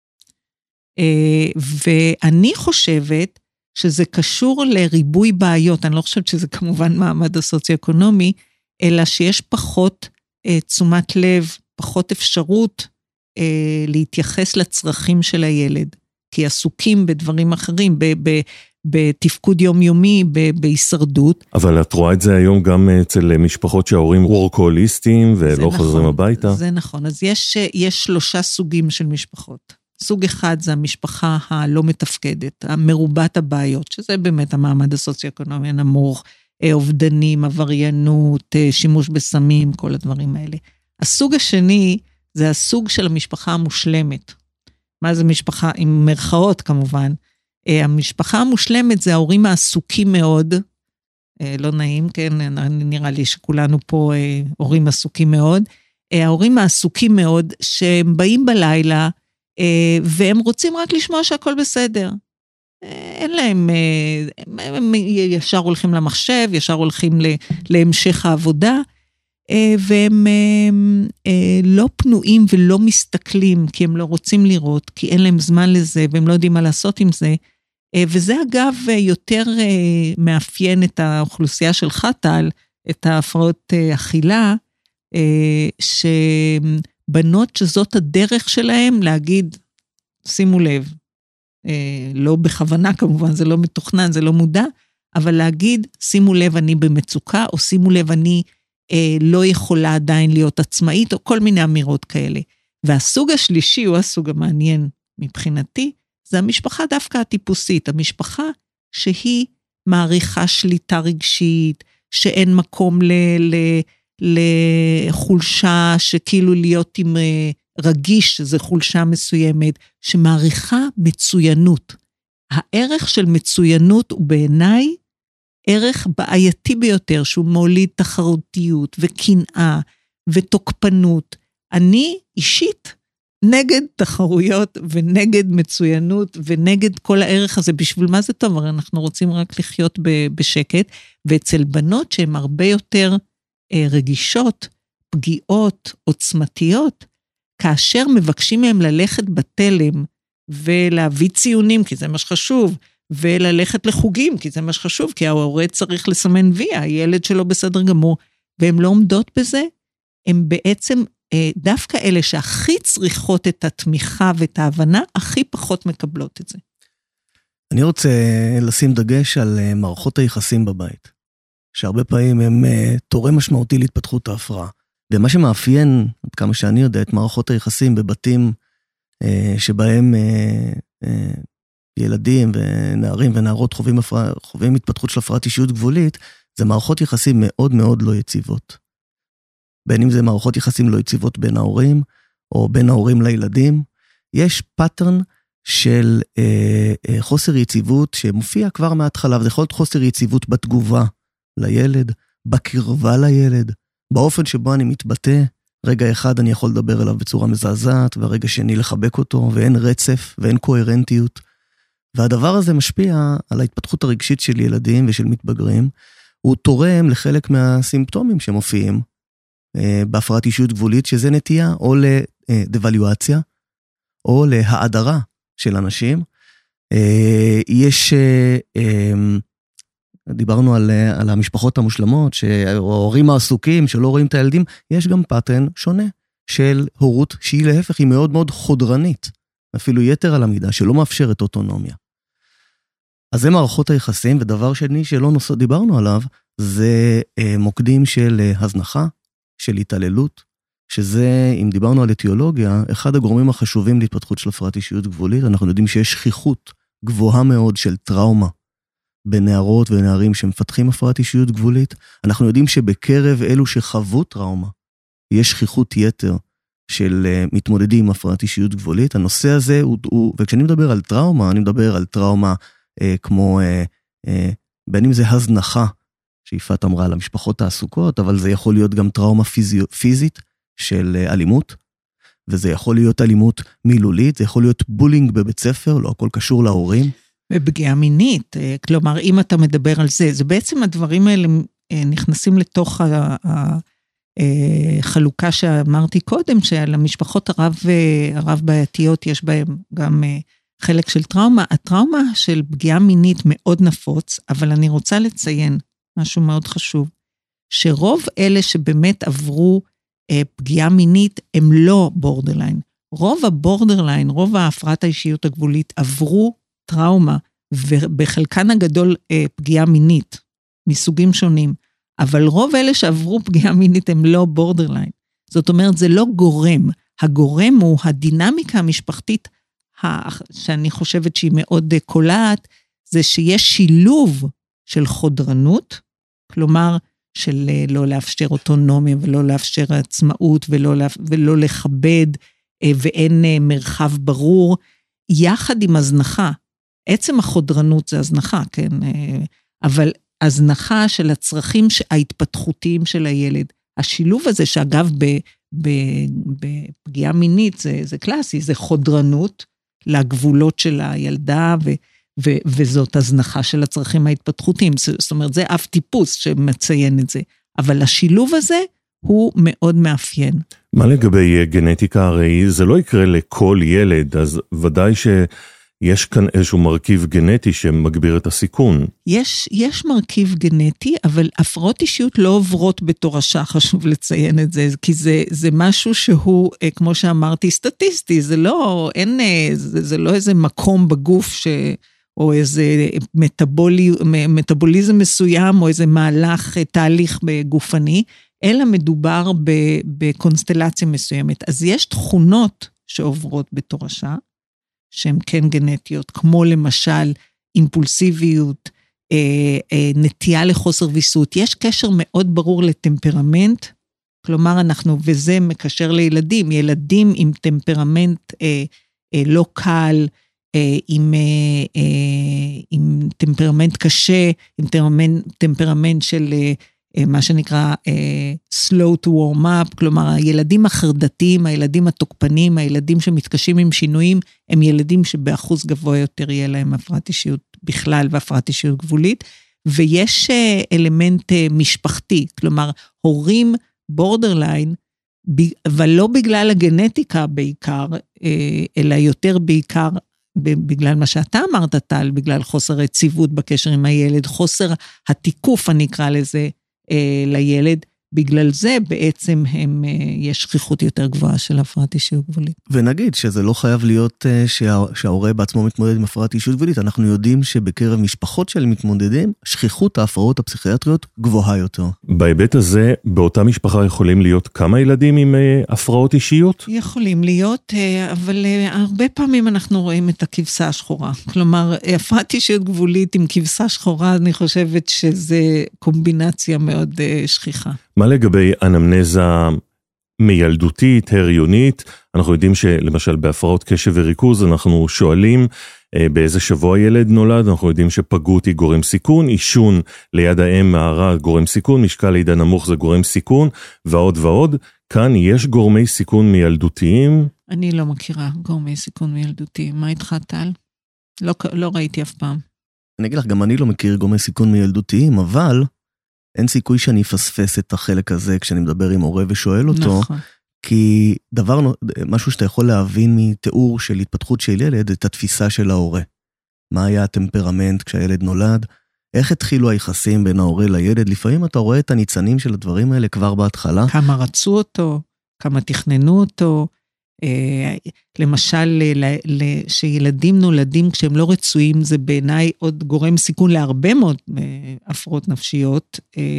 ואני חושבת שזה קשור לריבוי בעיות, אני לא חושבת שזה כמובן מעמד הסוציו-אקונומי, אלא שיש פחות תשומת לב, פחות אפשרות להתייחס לצרכים של הילד. כי עסוקים בדברים אחרים, ב, ב, בתפקוד יומיומי, ב, בהישרדות. אבל את רואה את זה היום גם אצל משפחות שההורים וורקוליסטים ולא נכון, חוזרים הביתה. זה נכון, אז יש, יש שלושה סוגים של משפחות. סוג אחד זה המשפחה הלא מתפקדת, המרובת הבעיות, שזה באמת המעמד הסוציו-אקונומי הנמוך, אובדנים, עבריינות, שימוש בסמים, כל הדברים האלה. הסוג השני זה הסוג של המשפחה המושלמת. מה זה משפחה? עם מרכאות כמובן. המשפחה המושלמת זה ההורים העסוקים מאוד, לא נעים, כן, נראה לי שכולנו פה הורים עסוקים מאוד, ההורים העסוקים מאוד שהם באים בלילה, והם רוצים רק לשמוע שהכל בסדר. אין להם, הם ישר הולכים למחשב, ישר הולכים להמשך העבודה, והם לא פנויים ולא מסתכלים, כי הם לא רוצים לראות, כי אין להם זמן לזה, והם לא יודעים מה לעשות עם זה, וזה אגב יותר מאפיין את האוכלוסייה של חתל, את ההפרעות אכילה, שבנות שזאת הדרך שלהם להגיד, שימו לב, לא בכוונה כמובן, זה לא מתוכנן, זה לא מודע, אבל להגיד, שימו לב אני במצוקה, או שימו לב אני לא יכולה עדיין להיות עצמאית, או כל מיני אמירות כאלה. והסוג השלישי הוא הסוג המעניין מבחינתי, זה המשפחה דווקא הטיפוסית, המשפחה שהיא מעריכה שליטה רגשית, שאין מקום ל, ל, לחולשה, שכאילו להיות עם רגיש, זה חולשה מסוימת, שמעריכה מצוינות. הערך של מצוינות הוא בעיניי ערך בעייתי ביותר, שהוא מוליד תחרותיות וקנאה ותוקפנות. אני אישית נגד תחרויות ונגד מצוינות ונגד כל הערך הזה. בשביל מה זה טוב? הרי אנחנו רוצים רק לחיות בשקט, ואצל בנות שהן הרבה יותר רגישות, פגיעות, עוצמתיות, כאשר מבקשים מהם ללכת בתלם ולהביא ציונים, כי זה מה שחשוב, וללכת לחוגים, כי זה מה שחשוב, כי ההורה צריך לסמן וי, הילד שלו בסדר גמור, והם לא עומדות בזה, הם בעצם דווקא אלה שהכי צריכות את התמיכה ואת ההבנה, הכי פחות מקבלות את זה. אני רוצה לשים דגש על מערכות היחסים בבית, שהרבה פעמים הם תורם משמעותי להתפתחות ההפרעה, ומה שמאפיין, עד כמה שאני יודע, את מערכות היחסים בבתים שבהם ילדים ונערים ונערות חווים, הפרעה, חווים התפתחות של הפרעת אישיות גבולית, זה מערכות יחסים מאוד מאוד לא יציבות. בין אם זה מערכות יחסים לא יציבות בין ההורים, או בין ההורים לילדים, יש פאטרן של אה, אה, חוסר יציבות שמופיע כבר מההתחלה, וזה יכול להיות חוסר יציבות בתגובה לילד, בקרבה לילד, באופן שבו אני מתבטא, רגע אחד אני יכול לדבר אליו בצורה מזעזעת, והרגע שני לחבק אותו, ואין רצף, ואין קוהרנטיות, והדבר הזה משפיע על ההתפתחות הרגשית של ילדים ושל מתבגרים, הוא תורם לחלק מהסימפטומים שמופיעים, בהפרעת אישיות גבולית, שזה נטייה או לדוולואציה, או להאדרה של אנשים. יש, דיברנו על, על המשפחות המושלמות, שההורים העסוקים שלא רואים את הילדים, יש גם פאטרן שונה של הורות, שהיא להפך, היא מאוד מאוד חודרנית, אפילו יתר על המידה, שלא מאפשרת אוטונומיה. אז זה מערכות היחסים, ודבר שני שלא נוס... דיברנו עליו, זה מוקדים של הזנחה, של התעללות, שזה, אם דיברנו על אתיולוגיה, אחד הגורמים החשובים להתפתחות של הפרעת אישיות גבולית, אנחנו יודעים שיש שכיחות גבוהה מאוד של טראומה, בנערות ונערים שמפתחים הפרעת אישיות גבולית, אנחנו יודעים שבקרב אלו שחוו טראומה, יש שכיחות יתר של מתמודדים עם הפרעת אישיות גבולית, הנושא הזה הוא, הוא וכשאני מדבר על טראומה, אני מדבר על טראומה אה, כמו, אה, אה, בין אם זה הזנחה, שיפת אמרה למשפחות העסוקות, אבל זה יכול להיות גם טראומה פיזי, פיזית של אלימות, וזה יכול להיות אלימות מילולית, זה יכול להיות בולינג בבית ספר, לא הכל קשור להורים. ופגיעה מינית, כלומר, אם אתה מדבר על זה, זה בעצם הדברים האלה נכנסים לתוך החלוקה שאמרתי קודם, שעל המשפחות הרב, הרב בעייתיות יש בהם גם חלק של טראומה. הטראומה של פגיעה מינית מאוד נפוץ, אבל אני רוצה לציין משהו מאוד חשוב, שרוב אלה שבאמת עברו פגיעה מינית הם לא בורדרליין. רוב הבורדרליין, רוב ההפרעת האישיות הגבולית, עברו טראומה, ובחלקן הגדול אה, פגיעה מינית, מסוגים שונים, אבל רוב אלה שעברו פגיעה מינית הם לא בורדרליין. זאת אומרת, זה לא גורם. הגורם הוא הדינמיקה המשפחתית, שאני חושבת שהיא מאוד קולעת, זה שיש שילוב של חודרנות, כלומר, של לא לאפשר אוטונומיה, ולא לאפשר עצמאות, ולא, ולא לכבד, ואין מרחב ברור, יחד עם הזנחה. עצם החודרנות זה הזנחה, כן? אבל הזנחה של הצרכים ההתפתחותיים של הילד. השילוב הזה, שאגב, בפגיעה מינית, זה, זה קלאסי, זה חודרנות לגבולות של הילדה, ו, ו, וזאת הזנחה של הצרכים ההתפתחותיים. זאת אומרת, זה אף טיפוס שמציין את זה. אבל השילוב הזה הוא מאוד מאפיין. מה לגבי גנטיקה? הרי זה לא יקרה לכל ילד, אז ודאי שיש כאן איזשהו מרכיב גנטי שמגביר את הסיכון. יש, יש מרכיב גנטי, אבל הפרעות אישיות לא עוברות בתורשה, חשוב לציין את זה, כי זה, זה משהו שהוא, כמו שאמרתי, סטטיסטי, זה לא, אין, זה, זה לא איזה מקום בגוף ש... או איזה מטאבולי, מטאבוליזם מסוים, או איזה מהלך, תהליך בגופני, אלא מדובר בקונסטלציה מסוימת. אז יש תכונות שעוברות בתורשה, שהן כן גנטיות, כמו למשל אימפולסיביות, נטייה לחוסר ויסות. יש קשר מאוד ברור לטמפרמנט, כלומר אנחנו, וזה מקשר לילדים, ילדים עם טמפרמנט לא קל, עם, עם טמפרמנט קשה, עם טמפרמנט, טמפרמנט של מה שנקרא slow to warm up, כלומר הילדים החרדתיים, הילדים התוקפנים, הילדים שמתקשים עם שינויים, הם ילדים שבאחוז גבוה יותר יהיה להם הפרעת אישיות בכלל והפרעת אישיות גבולית, ויש אלמנט משפחתי, כלומר הורים בורדרליין, אבל לא בגלל הגנטיקה בעיקר, אלא יותר בעיקר, בגלל מה שאתה אמרת, טל, בגלל חוסר יציבות בקשר עם הילד, חוסר התיקוף, אני אקרא לזה, אה, לילד, בגלל זה בעצם הם, אה, יש שכיחות יותר גבוהה של הפרעת אישיות גבולית. ונגיד שזה לא חייב להיות אה, שה, שההורה בעצמו מתמודד עם הפרעת אישיות גבולית, אנחנו יודעים שבקרב משפחות של מתמודדים, שכיחות ההפרעות הפסיכיאטריות גבוהה יותר. בהיבט הזה, באותה משפחה יכולים להיות כמה ילדים עם אה, הפרעות אישיות? יכולים להיות, אה, אבל אה, הרבה פעמים אנחנו רואים את הכבשה השחורה. כלומר, הפרעת אישיות גבולית עם כבשה שחורה, אני חושבת שזה קומבינציה מאוד אה, שכיחה. מה לגבי אנמנזה מילדותית, הריונית? אנחנו יודעים שלמשל בהפרעות קשב וריכוז, אנחנו שואלים אה, באיזה שבוע ילד נולד, אנחנו יודעים שפגות היא גורם סיכון, עישון ליד האם מערה גורם סיכון, משקל לידה נמוך זה גורם סיכון, ועוד ועוד. כאן יש גורמי סיכון מילדותיים? אני לא מכירה גורמי סיכון מילדותיים. מה איתך, טל? לא, לא ראיתי אף פעם. אני אגיד לך, גם אני לא מכיר גורמי סיכון מילדותיים, אבל אין סיכוי שאני אפספס את החלק הזה כשאני מדבר עם הורה ושואל אותו, נכון. כי דבר, משהו שאתה יכול להבין מתיאור של התפתחות של ילד, את התפיסה של ההורה. מה היה הטמפרמנט כשהילד נולד? איך התחילו היחסים בין ההורה לילד? לפעמים אתה רואה את הניצנים של הדברים האלה כבר בהתחלה. כמה רצו אותו, כמה תכננו אותו, למשל, שילדים נולדים כשהם לא רצויים, זה בעיניי עוד גורם סיכון להרבה מאוד הפרעות נפשיות,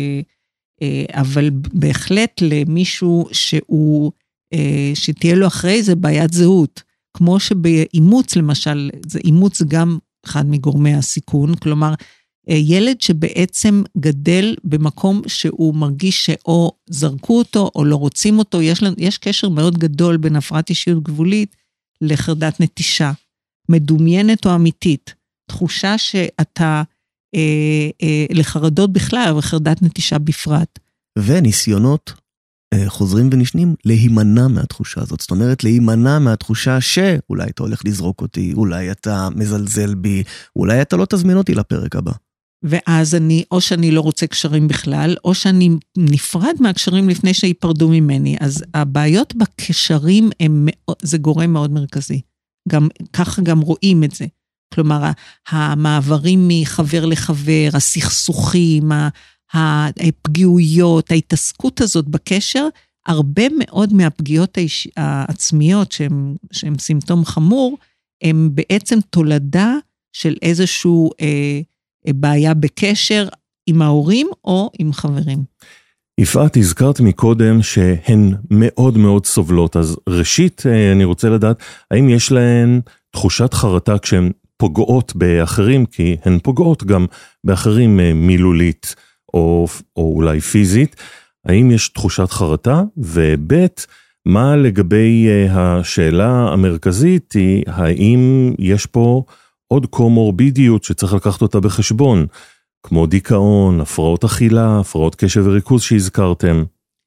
אבל בהחלט למישהו שהוא, שתהיה לו אחרי זה בעיית זהות, כמו שבאימוץ למשל, אימוץ זה גם אחד מגורמי הסיכון, כלומר, ילד שבעצם גדל במקום שהוא מרגיש שאו זרקו אותו או לא רוצים אותו, יש, יש קשר מאוד גדול בין הפרעת אישיות גבולית לחרדת נטישה, מדומיינת או אמיתית, תחושה שאתה אה, אה, לחרדות בכלל וחרדת נטישה בפרט. וניסיונות אה, חוזרים ונשנים להימנע מהתחושה הזאת, זאת אומרת להימנע מהתחושה שאולי אתה הולך לזרוק אותי, אולי אתה מזלזל בי, אולי אתה לא תזמין אותי לפרק הבא. ואז אני, או שאני לא רוצה קשרים בכלל, או שאני נפרד מהקשרים לפני שיפרדו ממני. אז הבעיות בקשרים הם, זה גורם מאוד מרכזי. גם, ככה גם רואים את זה. כלומר, המעברים מחבר לחבר, הסכסוכים, הפגיעויות, ההתעסקות הזאת בקשר, הרבה מאוד מהפגיעות האיש... העצמיות, שהן, שהן סימפטום חמור, הן בעצם תולדה של איזשהו אה, בעיה בקשר עם ההורים או עם חברים. יפעת, הזכרת מקודם שהן מאוד מאוד סובלות, אז ראשית אני רוצה לדעת, האם יש להן תחושת חרטה כשהן פוגעות באחרים, כי הן פוגעות גם באחרים מילולית או, או אולי פיזית, האם יש תחושת חרטה? ובית, מה לגבי השאלה המרכזית היא, האם יש פה עוד קומורבידיות שצריך לקחת אותה בחשבון, כמו דיכאון, הפרעות אכילה, הפרעות קשב וריכוז שהזכרתם?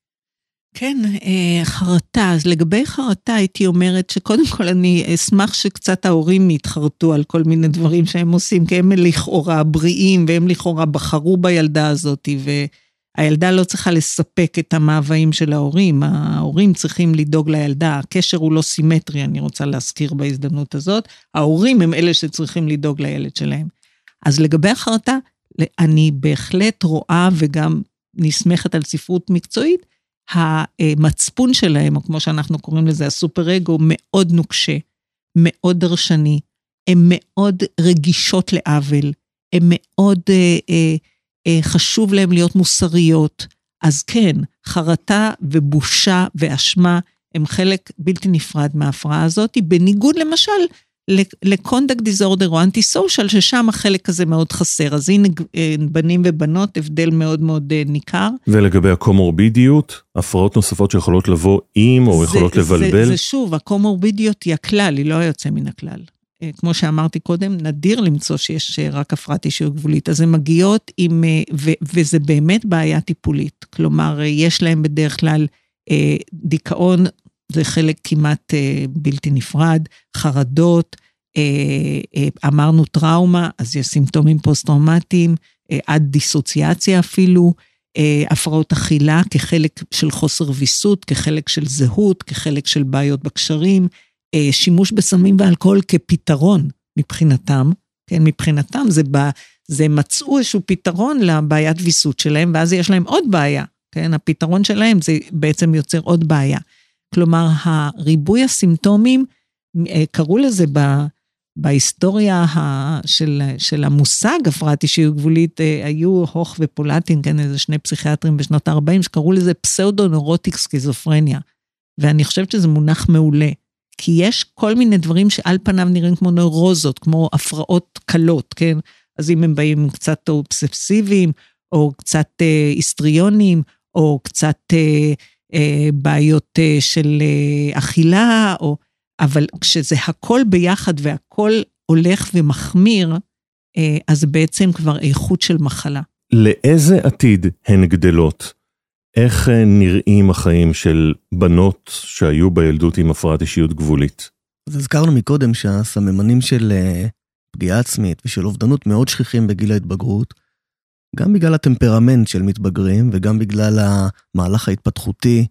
כן, חרטה. אז לגבי חרטה הייתי אומרת שקודם כל אני אשמח שקצת ההורים יתחרטו על כל מיני דברים שהם עושים, כי הם לכאורה בריאים, והם לכאורה בחרו בילדה הזאת, והילדה לא צריכה לספק את המאוויים של ההורים, ההורים צריכים לדאוג לילדה, הקשר הוא לא סימטרי, אני רוצה להזכיר בהזדמנות הזאת, ההורים הם אלה שצריכים לדאוג לילד שלהם. אז לגבי החרטה, אני בהחלט רואה וגם נסמכת על ספרות מקצועית, המצפון שלהם, או כמו שאנחנו קוראים לזה, הסופר אגו, מאוד נוקשה, מאוד דרשני, הם מאוד רגישות לעוול, הם מאוד אה, אה, אה, חשוב להם להיות מוסריות, אז כן, חרטה ובושה ואשמה, הם חלק בלתי נפרד מההפרעה הזאת, בניגוד למשל, לקונדקט דיזורדר או אנטי סושיאל, ששם החלק הזה מאוד חסר, אז הנה בנים ובנות, הבדל מאוד מאוד ניכר. ולגבי הקומורבידיות, הפרעות נוספות שיכולות לבוא עם, או יכולות זה, לבלבל? זה, זה שוב, הקומורבידיות היא הכלל, היא לא היוצא מן הכלל. כמו שאמרתי קודם, נדיר למצוא שיש רק הפרעת אישיות גבולית, אז הן מגיעות עם, ו, וזה באמת בעיה טיפולית, כלומר, יש להם בדרך כלל דיכאון, זה חלק כמעט אה, בלתי נפרד, חרדות, אה, אה, אמרנו טראומה, אז יש סימפטומים פוסט-טראומטיים, אה, עד דיסוציאציה אפילו, אה, הפרעות אכילה כחלק של חוסר ויסות, כחלק של זהות, כחלק של בעיות בקשרים, אה, שימוש בסמים ואלכוהול כפתרון מבחינתם, כן, מבחינתם זה, בא, זה מצאו איזשהו פתרון לבעיית ויסות שלהם, ואז יש להם עוד בעיה, כן, הפתרון שלהם זה בעצם יוצר עוד בעיה. כלומר, הריבוי הסימפטומים, קראו לזה ב, בהיסטוריה של, של המושג, הפרעת אישיות גבולית, היו הוך ופולטין, כן, איזה שני פסיכיאטרים בשנות ה-ארבעים, שקראו לזה פסאודו-נורוטיק סקיזופרניה, ואני חושבת שזה מונח מעולה, כי יש כל מיני דברים שעל פניו נראים כמו נוירוזות, כמו הפרעות קלות, כן, אז אם הם באים קצת אובססיביים, או קצת אה, היסטריונים, או קצת... אה, בעיות של אכילה, או, אבל כשזה הכל ביחד והכל הולך ומחמיר, אז בעצם כבר איכות של מחלה. לאיזה עתיד הן גדלות? איך נראים החיים של בנות שהיו בילדות עם הפרעת אישיות גבולית? אז הזכרנו מקודם שהסממנים של פגיעה עצמית ושל אובדנות מאוד שכיחים בגיל ההתבגרות, גם בגלל הטמפרמנט של מתבגרים, וגם בגלל המהלך ההתפתחותי,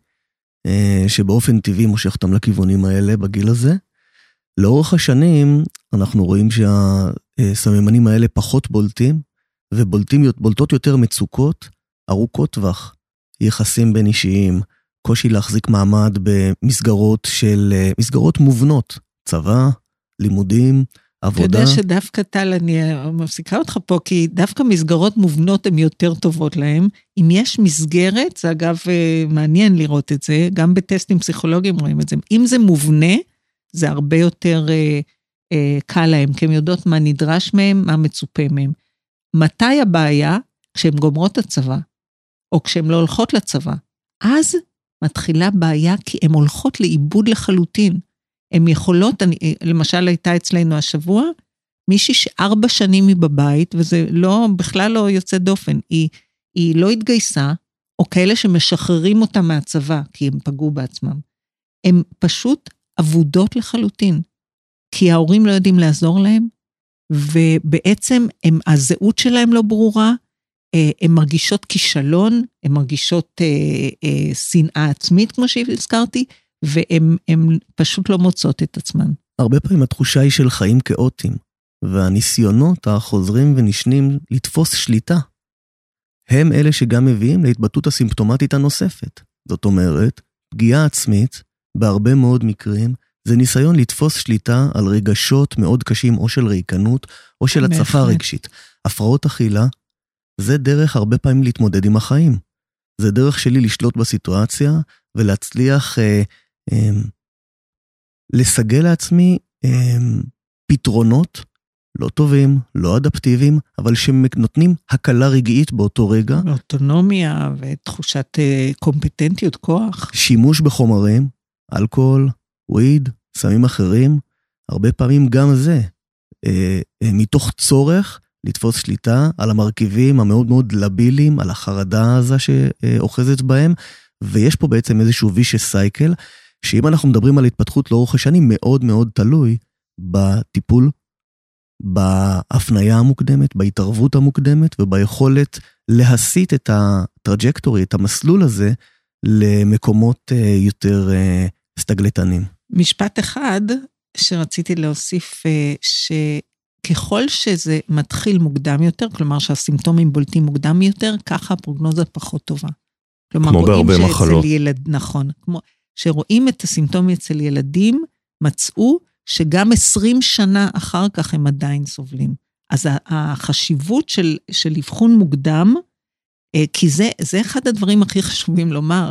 שבאופן טבעי מושך אותם לכיוונים האלה בגיל הזה. לאורך השנים, אנחנו רואים שהסממנים האלה פחות בולטים, ובולטות יותר מצוקות, ארוכות טווח, יחסים בין אישיים, קושי להחזיק מעמד במסגרות של, מסגרות מובנות, צבא, לימודים, עבודה. אתה יודע שדווקא טל, אני מפסיקה אותך פה, כי דווקא מסגרות מובנות הן יותר טובות להן. אם יש מסגרת, זה אגב מעניין לראות את זה, גם בטסטים פסיכולוגיים רואים את זה. אם זה מובנה, זה הרבה יותר אה, אה, קל להם, כי הן יודעות מה נדרש מהם, מה מצופה מהם. מתי הבעיה? כשהן גומרות הצבא, או כשהן לא הולכות לצבא. אז מתחילה בעיה, כי הן הולכות לאיבוד לחלוטין. הן יכולות, אני, למשל הייתה אצלנו השבוע, מישהי שארבע שנים היא בבית, וזה לא, בכלל לא יוצא דופן, היא, היא לא התגייסה, או כאלה שמשחררים אותה מהצבא, כי הם פגעו בעצמם. הן פשוט עבודות לחלוטין, כי ההורים לא יודעים לעזור להם, ובעצם הם, הזהות שלהם לא ברורה, הן מרגישות כישלון, הן מרגישות אה, אה, שנאה עצמית, כמו שהזכרתי, והן פשוט לא מוצאות את עצמן. הרבה פעמים התחושה היא של חיים כאוטיים, והניסיונות החוזרים ונשנים לתפוס שליטה, הם אלה שגם מביאים להתבטאות הסימפטומטית הנוספת. זאת אומרת, פגיעה עצמית, בהרבה מאוד מקרים, זה ניסיון לתפוס שליטה על רגשות מאוד קשים, או של ריקנות, או של הצפה רגשית. הפרעות אכילה, זה דרך הרבה פעמים להתמודד עם החיים. זה דרך שלי לשלוט בסיטואציה, ולהצליח אה, אה, לסגל לעצמי אה, פתרונות, לא טובים, לא אדפטיביים, אבל שנותנים הקלה רגעית באותו רגע. אוטונומיה ותחושת קומפטנטיות, כוח. שימוש בחומרים, אלכוהול, וויד, סמים אחרים, הרבה פעמים גם זה, אה, אה, מתוך צורך לתפוס שליטה על המרכיבים המאוד מאוד לבילים, על החרדה הזו שאוחזת בהם, ויש פה בעצם איזשהו vicious cycle, שאם אנחנו מדברים על התפתחות לאורך השנים, מאוד מאוד תלוי בטיפול, בהפניה המוקדמת, בהתערבות המוקדמת, וביכולת להסיט את הטראג'קטורי, את המסלול הזה, למקומות יותר סטגלטנים. משפט אחד שרציתי להוסיף, שככל שזה מתחיל מוקדם יותר, כלומר שהסימפטומים בולטים מוקדם יותר, ככה הפרוגנוזה פחות טובה. כלומר, כמו בהרבה מחלות. ילד, נכון, כמו שרואים את הסימפטומים אצל ילדים, מצאו שגם עשרים שנה אחר כך הם עדיין סובלים. אז החשיבות של, של אבחון מוקדם, כי זה, זה אחד הדברים הכי חשובים לומר,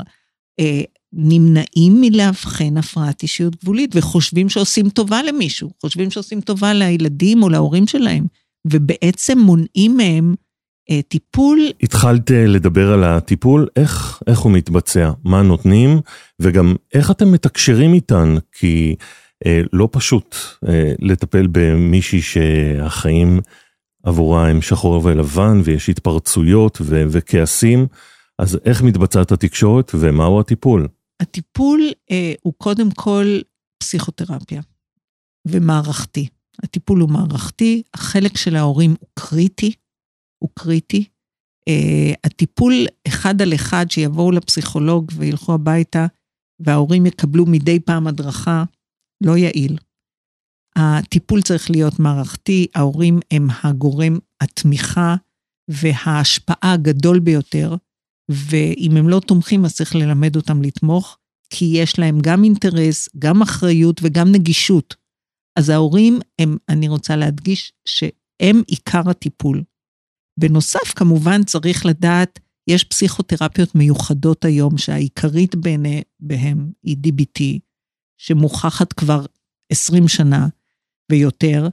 נמנעים מלהבחן הפרעת אישיות גבולית, וחושבים שעושים טובה למישהו, חושבים שעושים טובה לילדים או להורים שלהם, ובעצם מונעים מהם טיפול. התחלת לדבר על הטיפול, איך, איך הוא מתבצע, מה נותנים, וגם איך אתם מתקשרים איתן, כי אה, לא פשוט אה, לטפל במישהי שהחיים עבורה הם שחור ולבן, ויש התפרצויות ו- וכעסים, אז איך מתבצעת התקשורת ומהו הטיפול? הטיפול אה, הוא קודם כל פסיכותרפיה ומערכתי. הטיפול הוא מערכתי, החלק של ההורים הוא קריטי, הוא קריטי. Uh, הטיפול אחד על אחד שיבואו לפסיכולוג וילכו הביתה, וההורים יקבלו מדי פעם הדרכה, לא יעיל. הטיפול צריך להיות מערכתי, ההורים הם הגורם התמיכה וההשפעה הגדול ביותר, ואם הם לא תומכים אז צריך ללמד אותם לתמוך, כי יש להם גם אינטרס, גם אחריות וגם נגישות. אז ההורים הם, אני רוצה להדגיש שהם עיקר הטיפול. בנוסף, כמובן, צריך לדעת, יש פסיכותרפיות מיוחדות היום, שהעיקרית בעיני, בהם היא די בי טי, שמוכחת כבר עשרים שנה ויותר,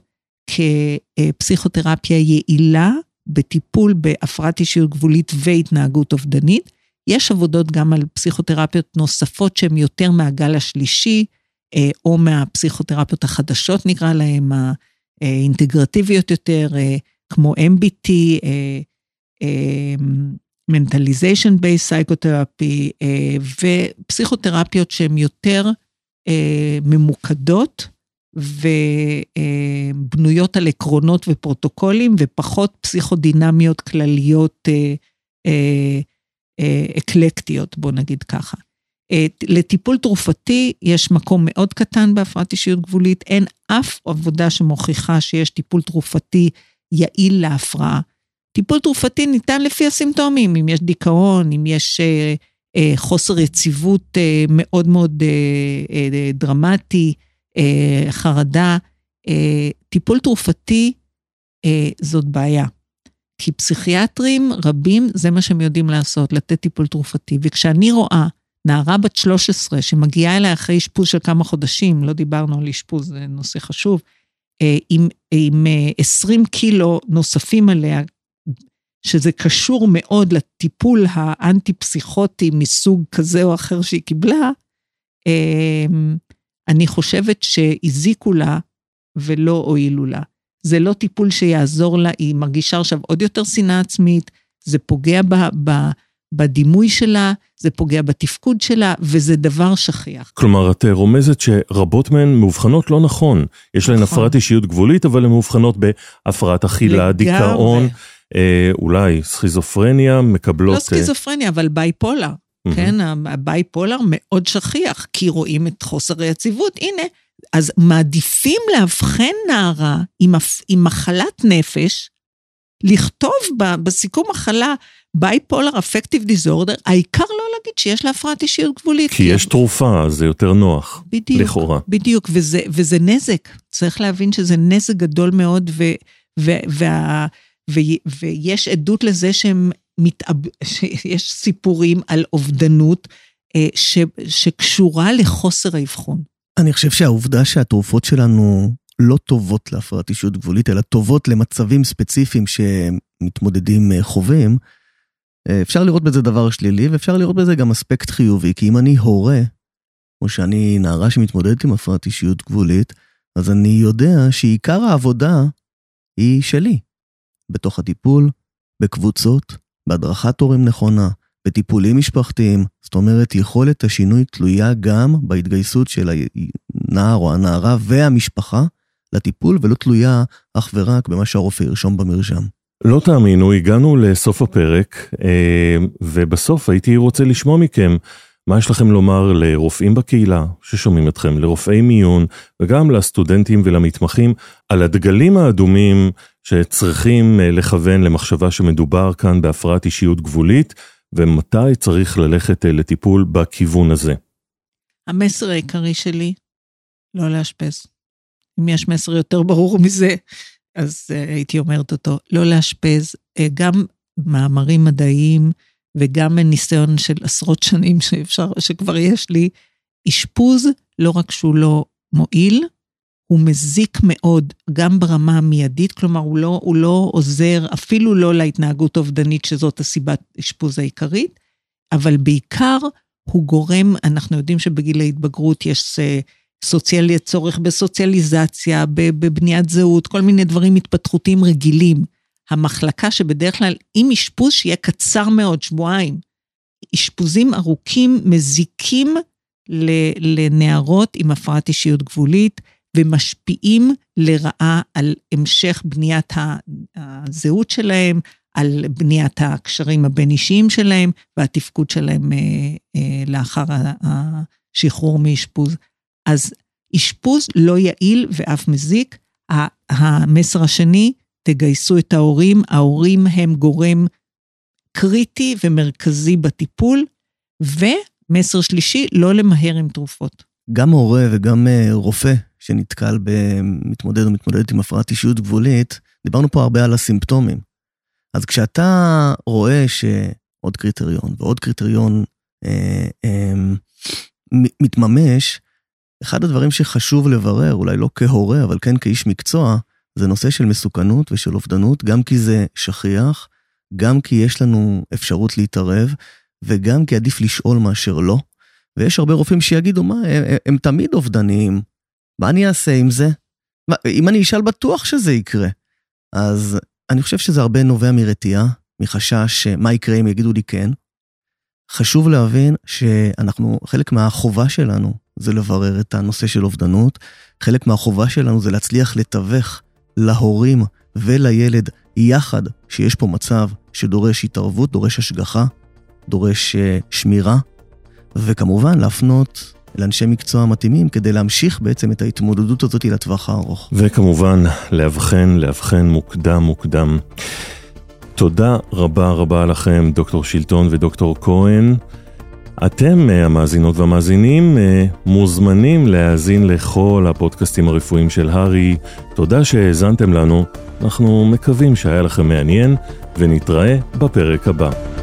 כפסיכותרפיה יעילה, בטיפול בהפרעת אישיות גבולית והתנהגות אובדנית. יש עבודות גם על פסיכותרפיות נוספות, שהן יותר מהגל השלישי, או מהפסיכותרפיות החדשות, נקרא להן, האינטגרטיביות יותר, כמו אם בי טי, Mentalization Based Psychotherapy, ופסיכותרפיות שהן יותר ממוקדות, ובנויות על עקרונות ופרוטוקולים, ופחות פסיכודינמיות כלליות אקלקטיות, בוא נגיד ככה. לטיפול תרופתי יש מקום מאוד קטן בהפרעת אישיות גבולית, אין אף עבודה שמוכיחה שיש טיפול תרופתי יעיל להפרעה. טיפול תרופתי ניתן לפי הסימפטומים, אם יש דיכאון, אם יש אה, אה, חוסר יציבות אה, מאוד מאוד אה, אה, דרמטי, אה, חרדה, אה, טיפול תרופתי אה, זאת בעיה. כי פסיכיאטרים רבים זה מה שהם יודעים לעשות, לתת טיפול תרופתי, וכשאני רואה נערה בת שלוש עשרה שמגיעה אליי אחרי אשפוז של כמה חודשים, לא דיברנו על אשפוז, זה נושא חשוב, עם, עם עשרים קילו נוספים עליה, שזה קשור מאוד לטיפול האנטי-פסיכוטי מסוג כזה או אחר שהיא קיבלה, אני חושבת שהזיקו לה ולא הועילו לה. זה לא טיפול שיעזור לה, היא מרגישה עכשיו עוד יותר שנאה עצמית, זה פוגע ב, ב, בדימוי שלה, זה פוגע בתפקוד שלה, וזה דבר שכיח. כלומר, את רומזת שרבות מהן מאובחנות לא נכון. יש להן נכון. הפרעת אישיות גבולית, אבל הן מאובחנות בהפרעת אכילה, דיכאון, אה, אולי סכיזופרניה, מקבלות... לא סכיזופרניה, אבל בייפולר. Mm-hmm. כן, הבייפולר מאוד שכיח, כי רואים את חוסר היציבות. הנה, אז מעדיפים להבחן נערה עם, עם מחלת נפש, לכתוב בסיכום מחלה, bipolar affective disorder, העיקר לא להגיד שיש לה הפרעת אישיות גבולית. כי יש תרופה, זה יותר נוח, בדיוק, לכאורה. בדיוק, וזה, וזה נזק. צריך להבין שזה נזק גדול מאוד, ו, ו, וה, ו, ויש עדות לזה שהם מתאב, שיש סיפורים על אובדנות, ש, שקשורה לחוסר האבחון. אני חושב שהעובדה שהתרופות שלנו לא טובות להפרעת אישיות גבולית, אלא טובות למצבים ספציפיים שמתמודדים חווים, אפשר לראות בזה דבר שלילי, ואפשר לראות בזה גם אספקט חיובי, כי אם אני הורה, או שאני נערה שמתמודדת עם הפרעת אישיות גבולית, אז אני יודע שעיקר העבודה היא שלי, בתוך הטיפול, בקבוצות, בהדרכת הורים נכונה, בטיפולים משפחתיים, זאת אומרת, יכולת השינוי תלויה גם בהתגייסות של הנער או הנערה והמשפחה לטיפול, ולא תלויה אך ורק במה שהרופא ירשום במרשם. לא תאמינו, הגענו לסוף הפרק, ובסוף הייתי רוצה לשמוע מכם מה יש לכם לומר לרופאים בקהילה ששומעים אתכם, לרופאי מיון, וגם לסטודנטים ולמתמחים, על הדגלים האדומים שצריכים לכוון למחשבה שמדובר כאן בהפרעת אישיות גבולית, ומתי צריך ללכת לטיפול בכיוון הזה. המסר העיקרי שלי, לא להשפז. אם יש מסר יותר ברור מזה, אז uh, הייתי אומרת אותו, לא להשפז, uh, גם מאמרים מדעיים, וגם ניסיון של עשרות שנים שאפשר, שכבר יש לי, אשפוז, לא רק שהוא לא מועיל, הוא מזיק מאוד, גם ברמה המיידית, כלומר הוא לא, הוא לא עוזר, אפילו לא להתנהגות אובדנית, שזאת הסיבת אשפוז העיקרית, אבל בעיקר הוא גורם, אנחנו יודעים שבגיל ההתבגרות יש סוציאלי, צורך בסוציאליזציה, בבניית זהות, כל מיני דברים התפתחותיים רגילים. המחלקה שבדרך כלל, עם אשפוז שיהיה קצר מאוד, שבועיים, אשפוזים ארוכים מזיקים לנערות עם הפרעת אישיות גבולית, ומשפיעים לרעה על המשך בניית הזהות שלהם, על בניית הקשרים הבין-אישיים שלהם, והתפקוד שלהם לאחר השחרור מאשפוז. אז אשפוז לא יעיל ואף מזיק. המסר השני, תגייסו את ההורים, ההורים הם גורם קריטי ומרכזי בטיפול, ומסר שלישי, לא למהר עם תרופות. גם הורה וגם רופא שנתקל במתמודד או מתמודדת עם הפרעת אישיות גבולית, דיברנו פה הרבה על הסימפטומים. אז כשאתה רואה שעוד קריטריון ועוד קריטריון אה, אה, מתממש, אחד הדברים שחשוב לברר, אולי לא כהורה, אבל כן כאיש מקצוע, זה נושא של מסוכנות ושל אובדנות, גם כי זה שכיח, גם כי יש לנו אפשרות להתערב, וגם כי עדיף לשאול מאשר לא. ויש הרבה רופאים שיגידו, מה, הם, הם תמיד אובדניים, מה אני אעשה עם זה? מה, אם אני אשאל בטוח שזה יקרה. אז אני חושב שזה הרבה נובע מרתיעה, מחשש מה יקרה אם יגידו לי כן. חשוב להבין שאנחנו, חלק מהחובה שלנו זה לברר את הנושא של אובדנות, חלק מהחובה שלנו זה להצליח לתווך להורים ולילד יחד, שיש פה מצב שדורש התערבות, דורש השגחה, דורש שמירה, וכמובן להפנות לאנשי מקצוע מתאימים, כדי להמשיך בעצם את ההתמודדות הזאת לטווח הארוך. וכמובן, להבחן, להבחן מוקדם מוקדם. תודה רבה רבה לכם, דוקטור שילטון ודוקטור כהן. אתם, המאזינות והמאזינים, מוזמנים להאזין לכל הפודקאסטים הרפואיים של הרי. תודה שהאזנתם לנו, אנחנו מקווים שהיה לכם מעניין, ונתראה בפרק הבא.